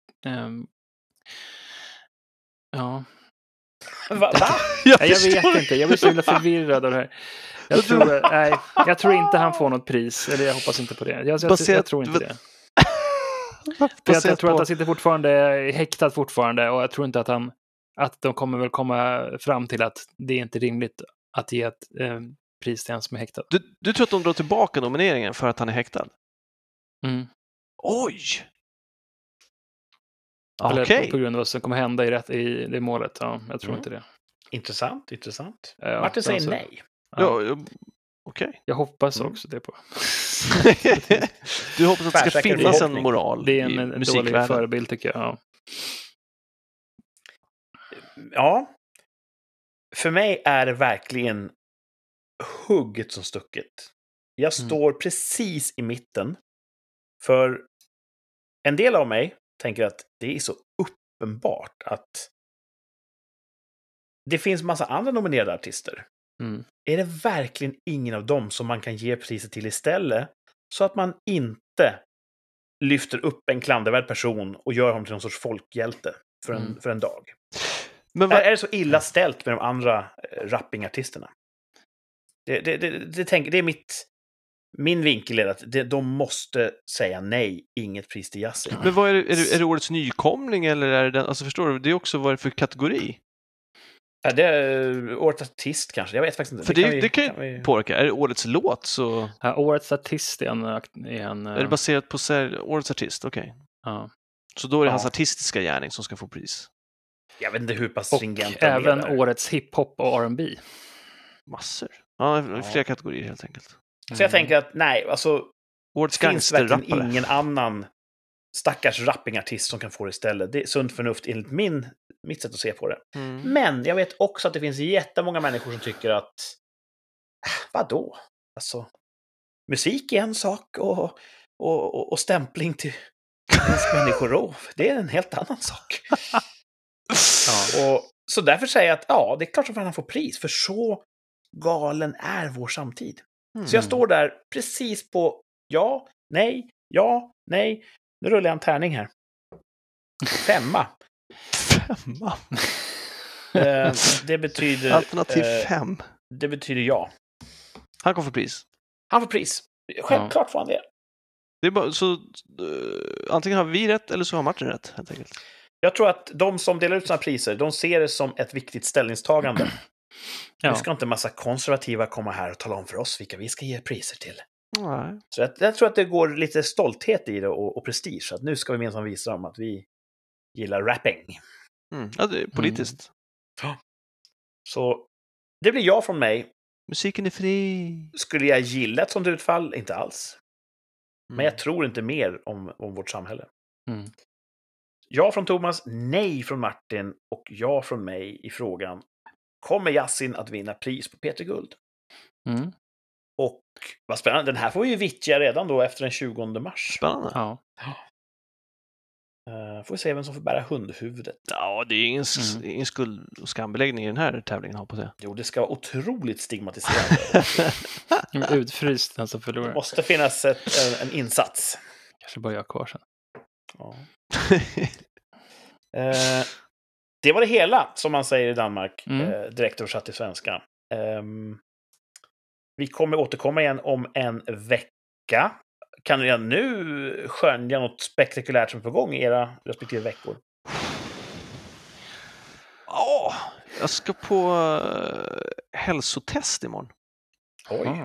ja. Va? Jag vet inte. Jag blir så himla förvirrad av det här. Jag tror inte han får något pris. Eller jag hoppas inte på det. Jag tror inte det. Jag tror att han sitter fortfarande häktad fortfarande, och jag tror inte att de kommer väl komma fram till att det är inte rimligt att ge ett pris till en som är häktad. Du tror att de drar tillbaka nomineringen för att han är häktad? Mm. Oj! Eller Okej. på grund av vad som kommer hända i det målet. Ja, jag tror inte det. Intressant. Ja, Martin säger alltså, nej. Ja, okej. Jag hoppas också det på. Du hoppas att det ska Tvärsäker finnas en förhoppning. moral Det är i en dålig musikvärlden. förebild tycker jag. Ja. För mig är det verkligen hugget som stucket. Jag står precis i mitten. För en del av mig tänker att det är så uppenbart att det finns massa andra nominerade artister. Mm. Är det verkligen ingen av dem som man kan ge priset till istället? Så att man inte lyfter upp en klandervärd person och gör honom till någon sorts folkhjälte för en dag. Men Är det så illa ställt med de andra rappingartisterna? Det är min vinkel är att de måste säga nej, inget pris till Yasin. Men vad är det årets nykomling eller är det den, alltså förstår du, det är också vad det är för kategori? Ja, det är årets artist kanske, jag vet faktiskt inte. För det kan ju påverka, är det årets låt så... Ja, årets artist är Är det baserat på årets artist? Okej. Ja. Så då är det hans artistiska gärning som ska få pris. Jag vet inte hur pass Och stringent även är. årets hiphop och R&B. Massor. Ja, flera kategorier helt enkelt. Så jag tänker att nej, alltså årets det finns verkligen gangsterrappare. ingen annan stackars rappingartist som kan få det istället. Det är sunt förnuft enligt mitt sätt att se på det. Men jag vet också att det finns jättemånga människor som tycker att vadå? Alltså, musik är en sak och stämpling till människorov, det är en helt annan sak. Och så därför säger jag att det är klart som han får pris, för så galen är vår samtid. Så jag står där precis på ja, nej. Nu rullar jag en tärning här. 5. Det betyder... Alternativ 5. Det betyder ja. Han kommer få pris. Han får pris. Självklart får han det. Det är bara, så antingen har vi rätt eller så har Martin rätt, helt enkelt. Jag tror att de som delar ut sina priser, de ser det som ett viktigt ställningstagande. Nu ska inte massa konservativa komma här och tala om för oss vilka vi ska ge priser till. Nej. Så jag tror att det går lite stolthet i det och prestige. Så att nu ska vi gemensamt visa dem att vi gillar rapping. Ja, det är politiskt. Så det blir ja från mig. Musiken är fri. Skulle jag gilla ett sånt utfall? Inte alls. Men jag tror inte mer om vårt samhälle. Ja från Thomas, nej från Martin och ja från mig i frågan: kommer Yasin att vinna pris på Peter Guld? Och vad spännande, den här får vi ju vittja redan då efter den 20 mars. Spännande. Ja. Får vi se vem som får bära hundhuvudet. Ja, det är ingen skuld och skambeläggning i den här tävlingen, hoppas jag. Jo, det ska vara otroligt stigmatiserande. Utfryst den som förlorar. Det måste finnas en insats. Kanske bara jag kvar sen. Ja. Det var det hela, som man säger i Danmark. Direkt översatt till svenska. Vi kommer återkomma igen om en vecka. Kan redan nu skönja något spektakulärt som är på gång i era respektive veckor? Jag ska på hälsotest imorgon. Oj.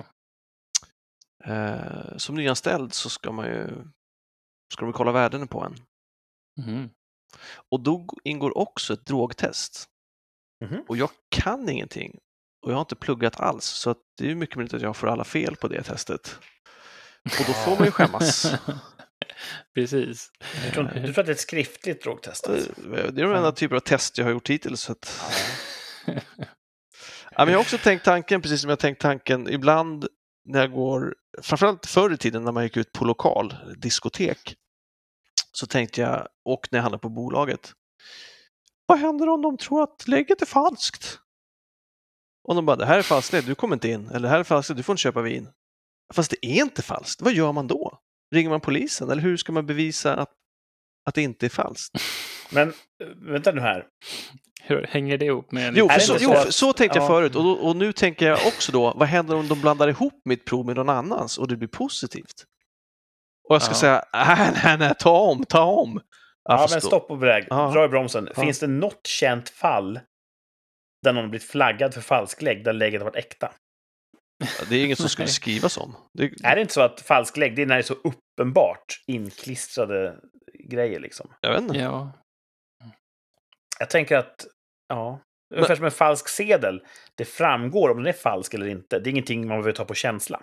Som nyanställd så ska de kolla värdena på en. Och då ingår också ett drogtest. Och jag kan ingenting. Och jag har inte pluggat alls. Så att det är mycket möjligt att jag får alla fel på det testet. Och då får man ju skämmas. Precis. Du tror att det är ett skriftligt drogtest? Alltså? Det är de enda typer av test jag har gjort hittills. Så att... Men jag har också tänkt tanken, precis som jag tänkt tanken ibland när jag går, framförallt förr i tiden när man gick ut på lokal diskotek, så tänkte jag, och när jag handlade på bolaget, vad händer om de tror att lägget är falskt? Och de bara, det här är falskt, du kommer inte in. Eller det här är falskt, du får inte köpa vin. Fast det är inte falskt. Vad gör man då? Ringer man polisen? Eller hur ska man bevisa att det inte är falskt? Men vänta nu här. Hur hänger det ihop med... Så tänkte jag förut. Och nu tänker jag också då, vad händer om de blandar ihop mitt prov med någon annans och det blir positivt? Och jag ska säga, nej, ta om. Men stopp och belägg. Dra i bromsen. Finns det något känt fall där någon har blivit flaggad för falsklägg där lägget har varit äkta? Det är inget som skulle skrivas om. Är det inte så att falsklägg, det är när det är så uppenbart inklistrade grejer liksom? Jag vet inte. Ja. Jag tänker att, ungefär som en falsk sedel. Det framgår om den är falsk eller inte. Det är ingenting man behöver ta på känsla.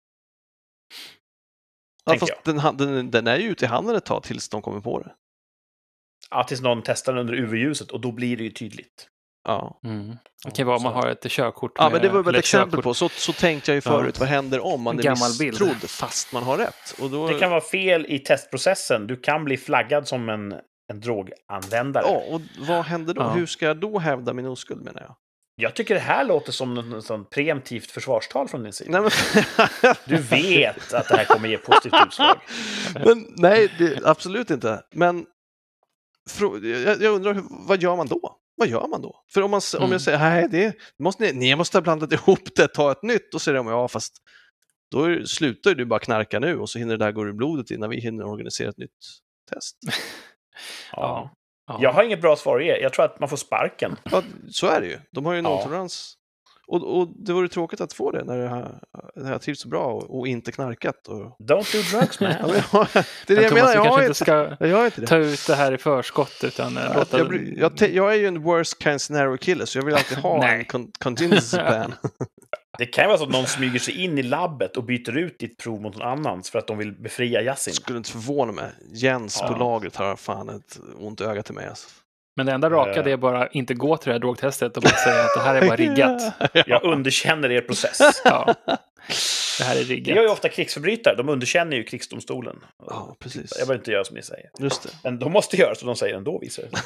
Ja, fast den är ju ute i handen ett tag tills de kommer på det. Ja, tills någon testar den under UV-ljuset och då blir det ju tydligt. Ja. Det kan vara om man har ett körkort. Ja, men det var väl ett exempel på. Så tänkte jag ju förut. Vad händer om man är misstrodd fast man har rätt? Och då... Det kan vara fel i testprocessen. Du kan bli flaggad som en droganvändare. Ja, och vad händer då? Hur ska jag då hävda min oskuld, menar jag? Jag tycker det här låter som en sån preemptivt försvarstal från din sida. Nej, men... Du vet att det här kommer ge positivt utslag. Men, nej, absolut inte. Men jag undrar, vad gör man då? Vad gör man då? För om jag säger, nej, ni måste ha blandat ihop det, ta ett nytt, och säger de, fast då slutar du bara knarka nu och så hinner det där gå i blodet innan vi hinner organisera ett nytt test. Ja. Jag har inget bra svar att ge. Jag tror att man får sparken. Ja, så är det ju. De har ju nolltolerans. Och det vore tråkigt att få det när det här trivs så bra och inte knarkat. Och... Don't do drugs, man. Det är det jag menar. Jag har inte det. Ta ut det här i förskott. Utan jag är ju en worst kind scenario-kille, så jag vill alltid ha en contingency plan. Det kan vara så att någon smyger sig in i labbet och byter ut ditt prov mot någon annans för att de vill befria Yasin. Skulle inte förvåna mig. Jens på lagret har fan ett ont öga till mig. Alltså. Men det enda raka det är bara inte gå till det här drogtestet och bara säga att det här är bara riggat. Jag underkänner er process. Det här är riggat. Det gör ju ofta krigsförbrytare. De underkänner ju krigsdomstolen. Ja, precis. Jag behöver inte göra som ni säger. Just det. Men de måste göra så de säger ändå, visar det.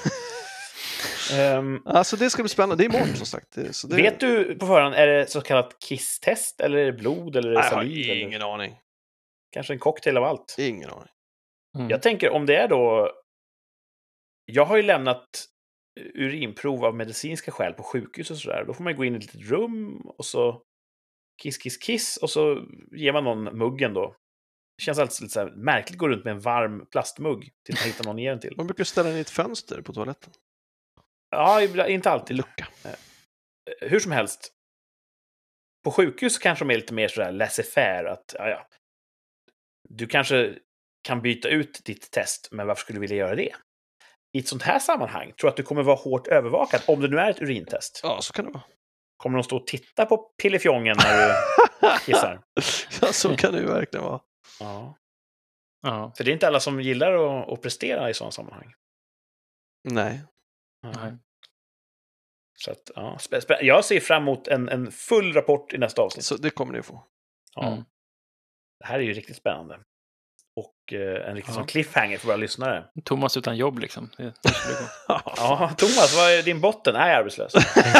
Alltså det ska bli spännande. Det är imorgon som sagt. Vet du på förhand, är det så kallat kisstest eller är det blod eller är det saliv? Jag har ingen aning. Kanske en cocktail av allt. Ingen aning. Jag tänker om det är då... Jag har ju lämnat urinprov av medicinska skäl på sjukhus och sådär. Då får man gå in i ett litet rum och så kiss och så ger man någon muggen då. Det känns alltid lite så här märkligt att gå runt med en varm plastmugg till att hitta någon ger den till. Man brukar ställa den i ett fönster på toaletten. Ja, inte alltid. Lucka. Hur som helst. På sjukhus kanske de är lite mer sådär laissez-faire. Att, du kanske kan byta ut ditt test, men varför skulle du vilja göra det? I ett sånt här sammanhang tror jag att du kommer vara hårt övervakad om det nu är ett urintest. Ja, så kan det vara. Kommer de stå och titta på pillefjongen när du kissar? Ja, så kan det ju verkligen vara. Ja. För det är inte alla som gillar att prestera i sådana sammanhang. Nej. Så att, jag ser fram emot en full rapport i nästa avsnitt. Så det kommer ni att få. Ja. Det här är ju riktigt spännande. Och en riktigt sån cliffhanger för våra lyssnare. Thomas utan jobb liksom. Ja, Thomas, vad är din botten? Nej, arbetslös.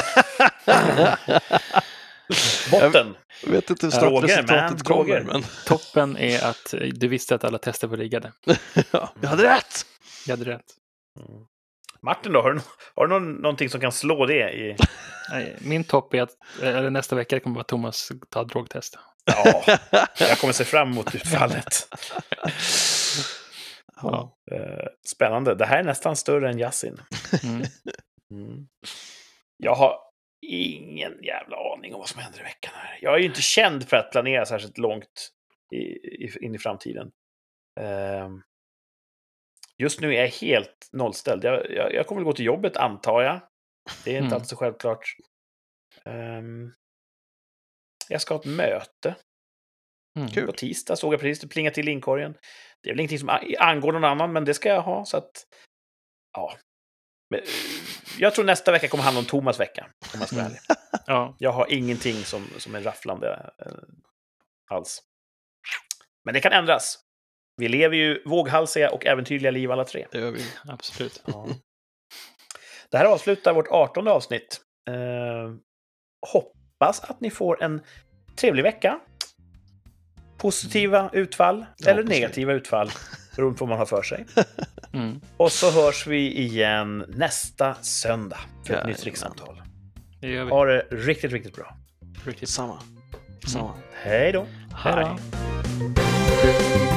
Botten. Jag vet inte hur snabbt resultatet kommer. Men... Toppen är att du visste att alla tester var riggade. Jag hade rätt! Jag hade rätt. Martin då, har du någonting som kan slå det i... Nej, min topp är att nästa vecka kommer Thomas ta drogtest. Ja, jag kommer se fram emot utfallet. Spännande. Det här är nästan större än Yasin. Jag har ingen jävla aning om vad som händer i veckan här. Jag är ju inte känd för att planera särskilt långt in i framtiden. Just nu är jag helt nollställd. Jag kommer att gå till jobbet, antar jag. Det är inte alls så självklart. Jag ska ha ett möte. På tisdag såg jag precis det plinga till inkorgen. Det är väl ingenting som angår någon annan, men det ska jag ha. Så att, Men, jag tror nästa vecka kommer handla om Thomas vecka. Om jag ska vara ärlig. Jag har ingenting som är rafflande alls. Men det kan ändras. Vi lever ju våghalsiga och äventyrliga liv alla tre. Det gör vi. Absolut. Det här avslutar vårt 18:e avsnitt. Hoppas att ni får en trevlig vecka. Positiva utfall eller negativa utfall. Beroende på vad man har för sig. Och så hörs vi igen nästa söndag för ett nytt rikssamtal. Det gör vi. Ha det riktigt, riktigt bra. Riktigt. Samma. Hej då. Hej då.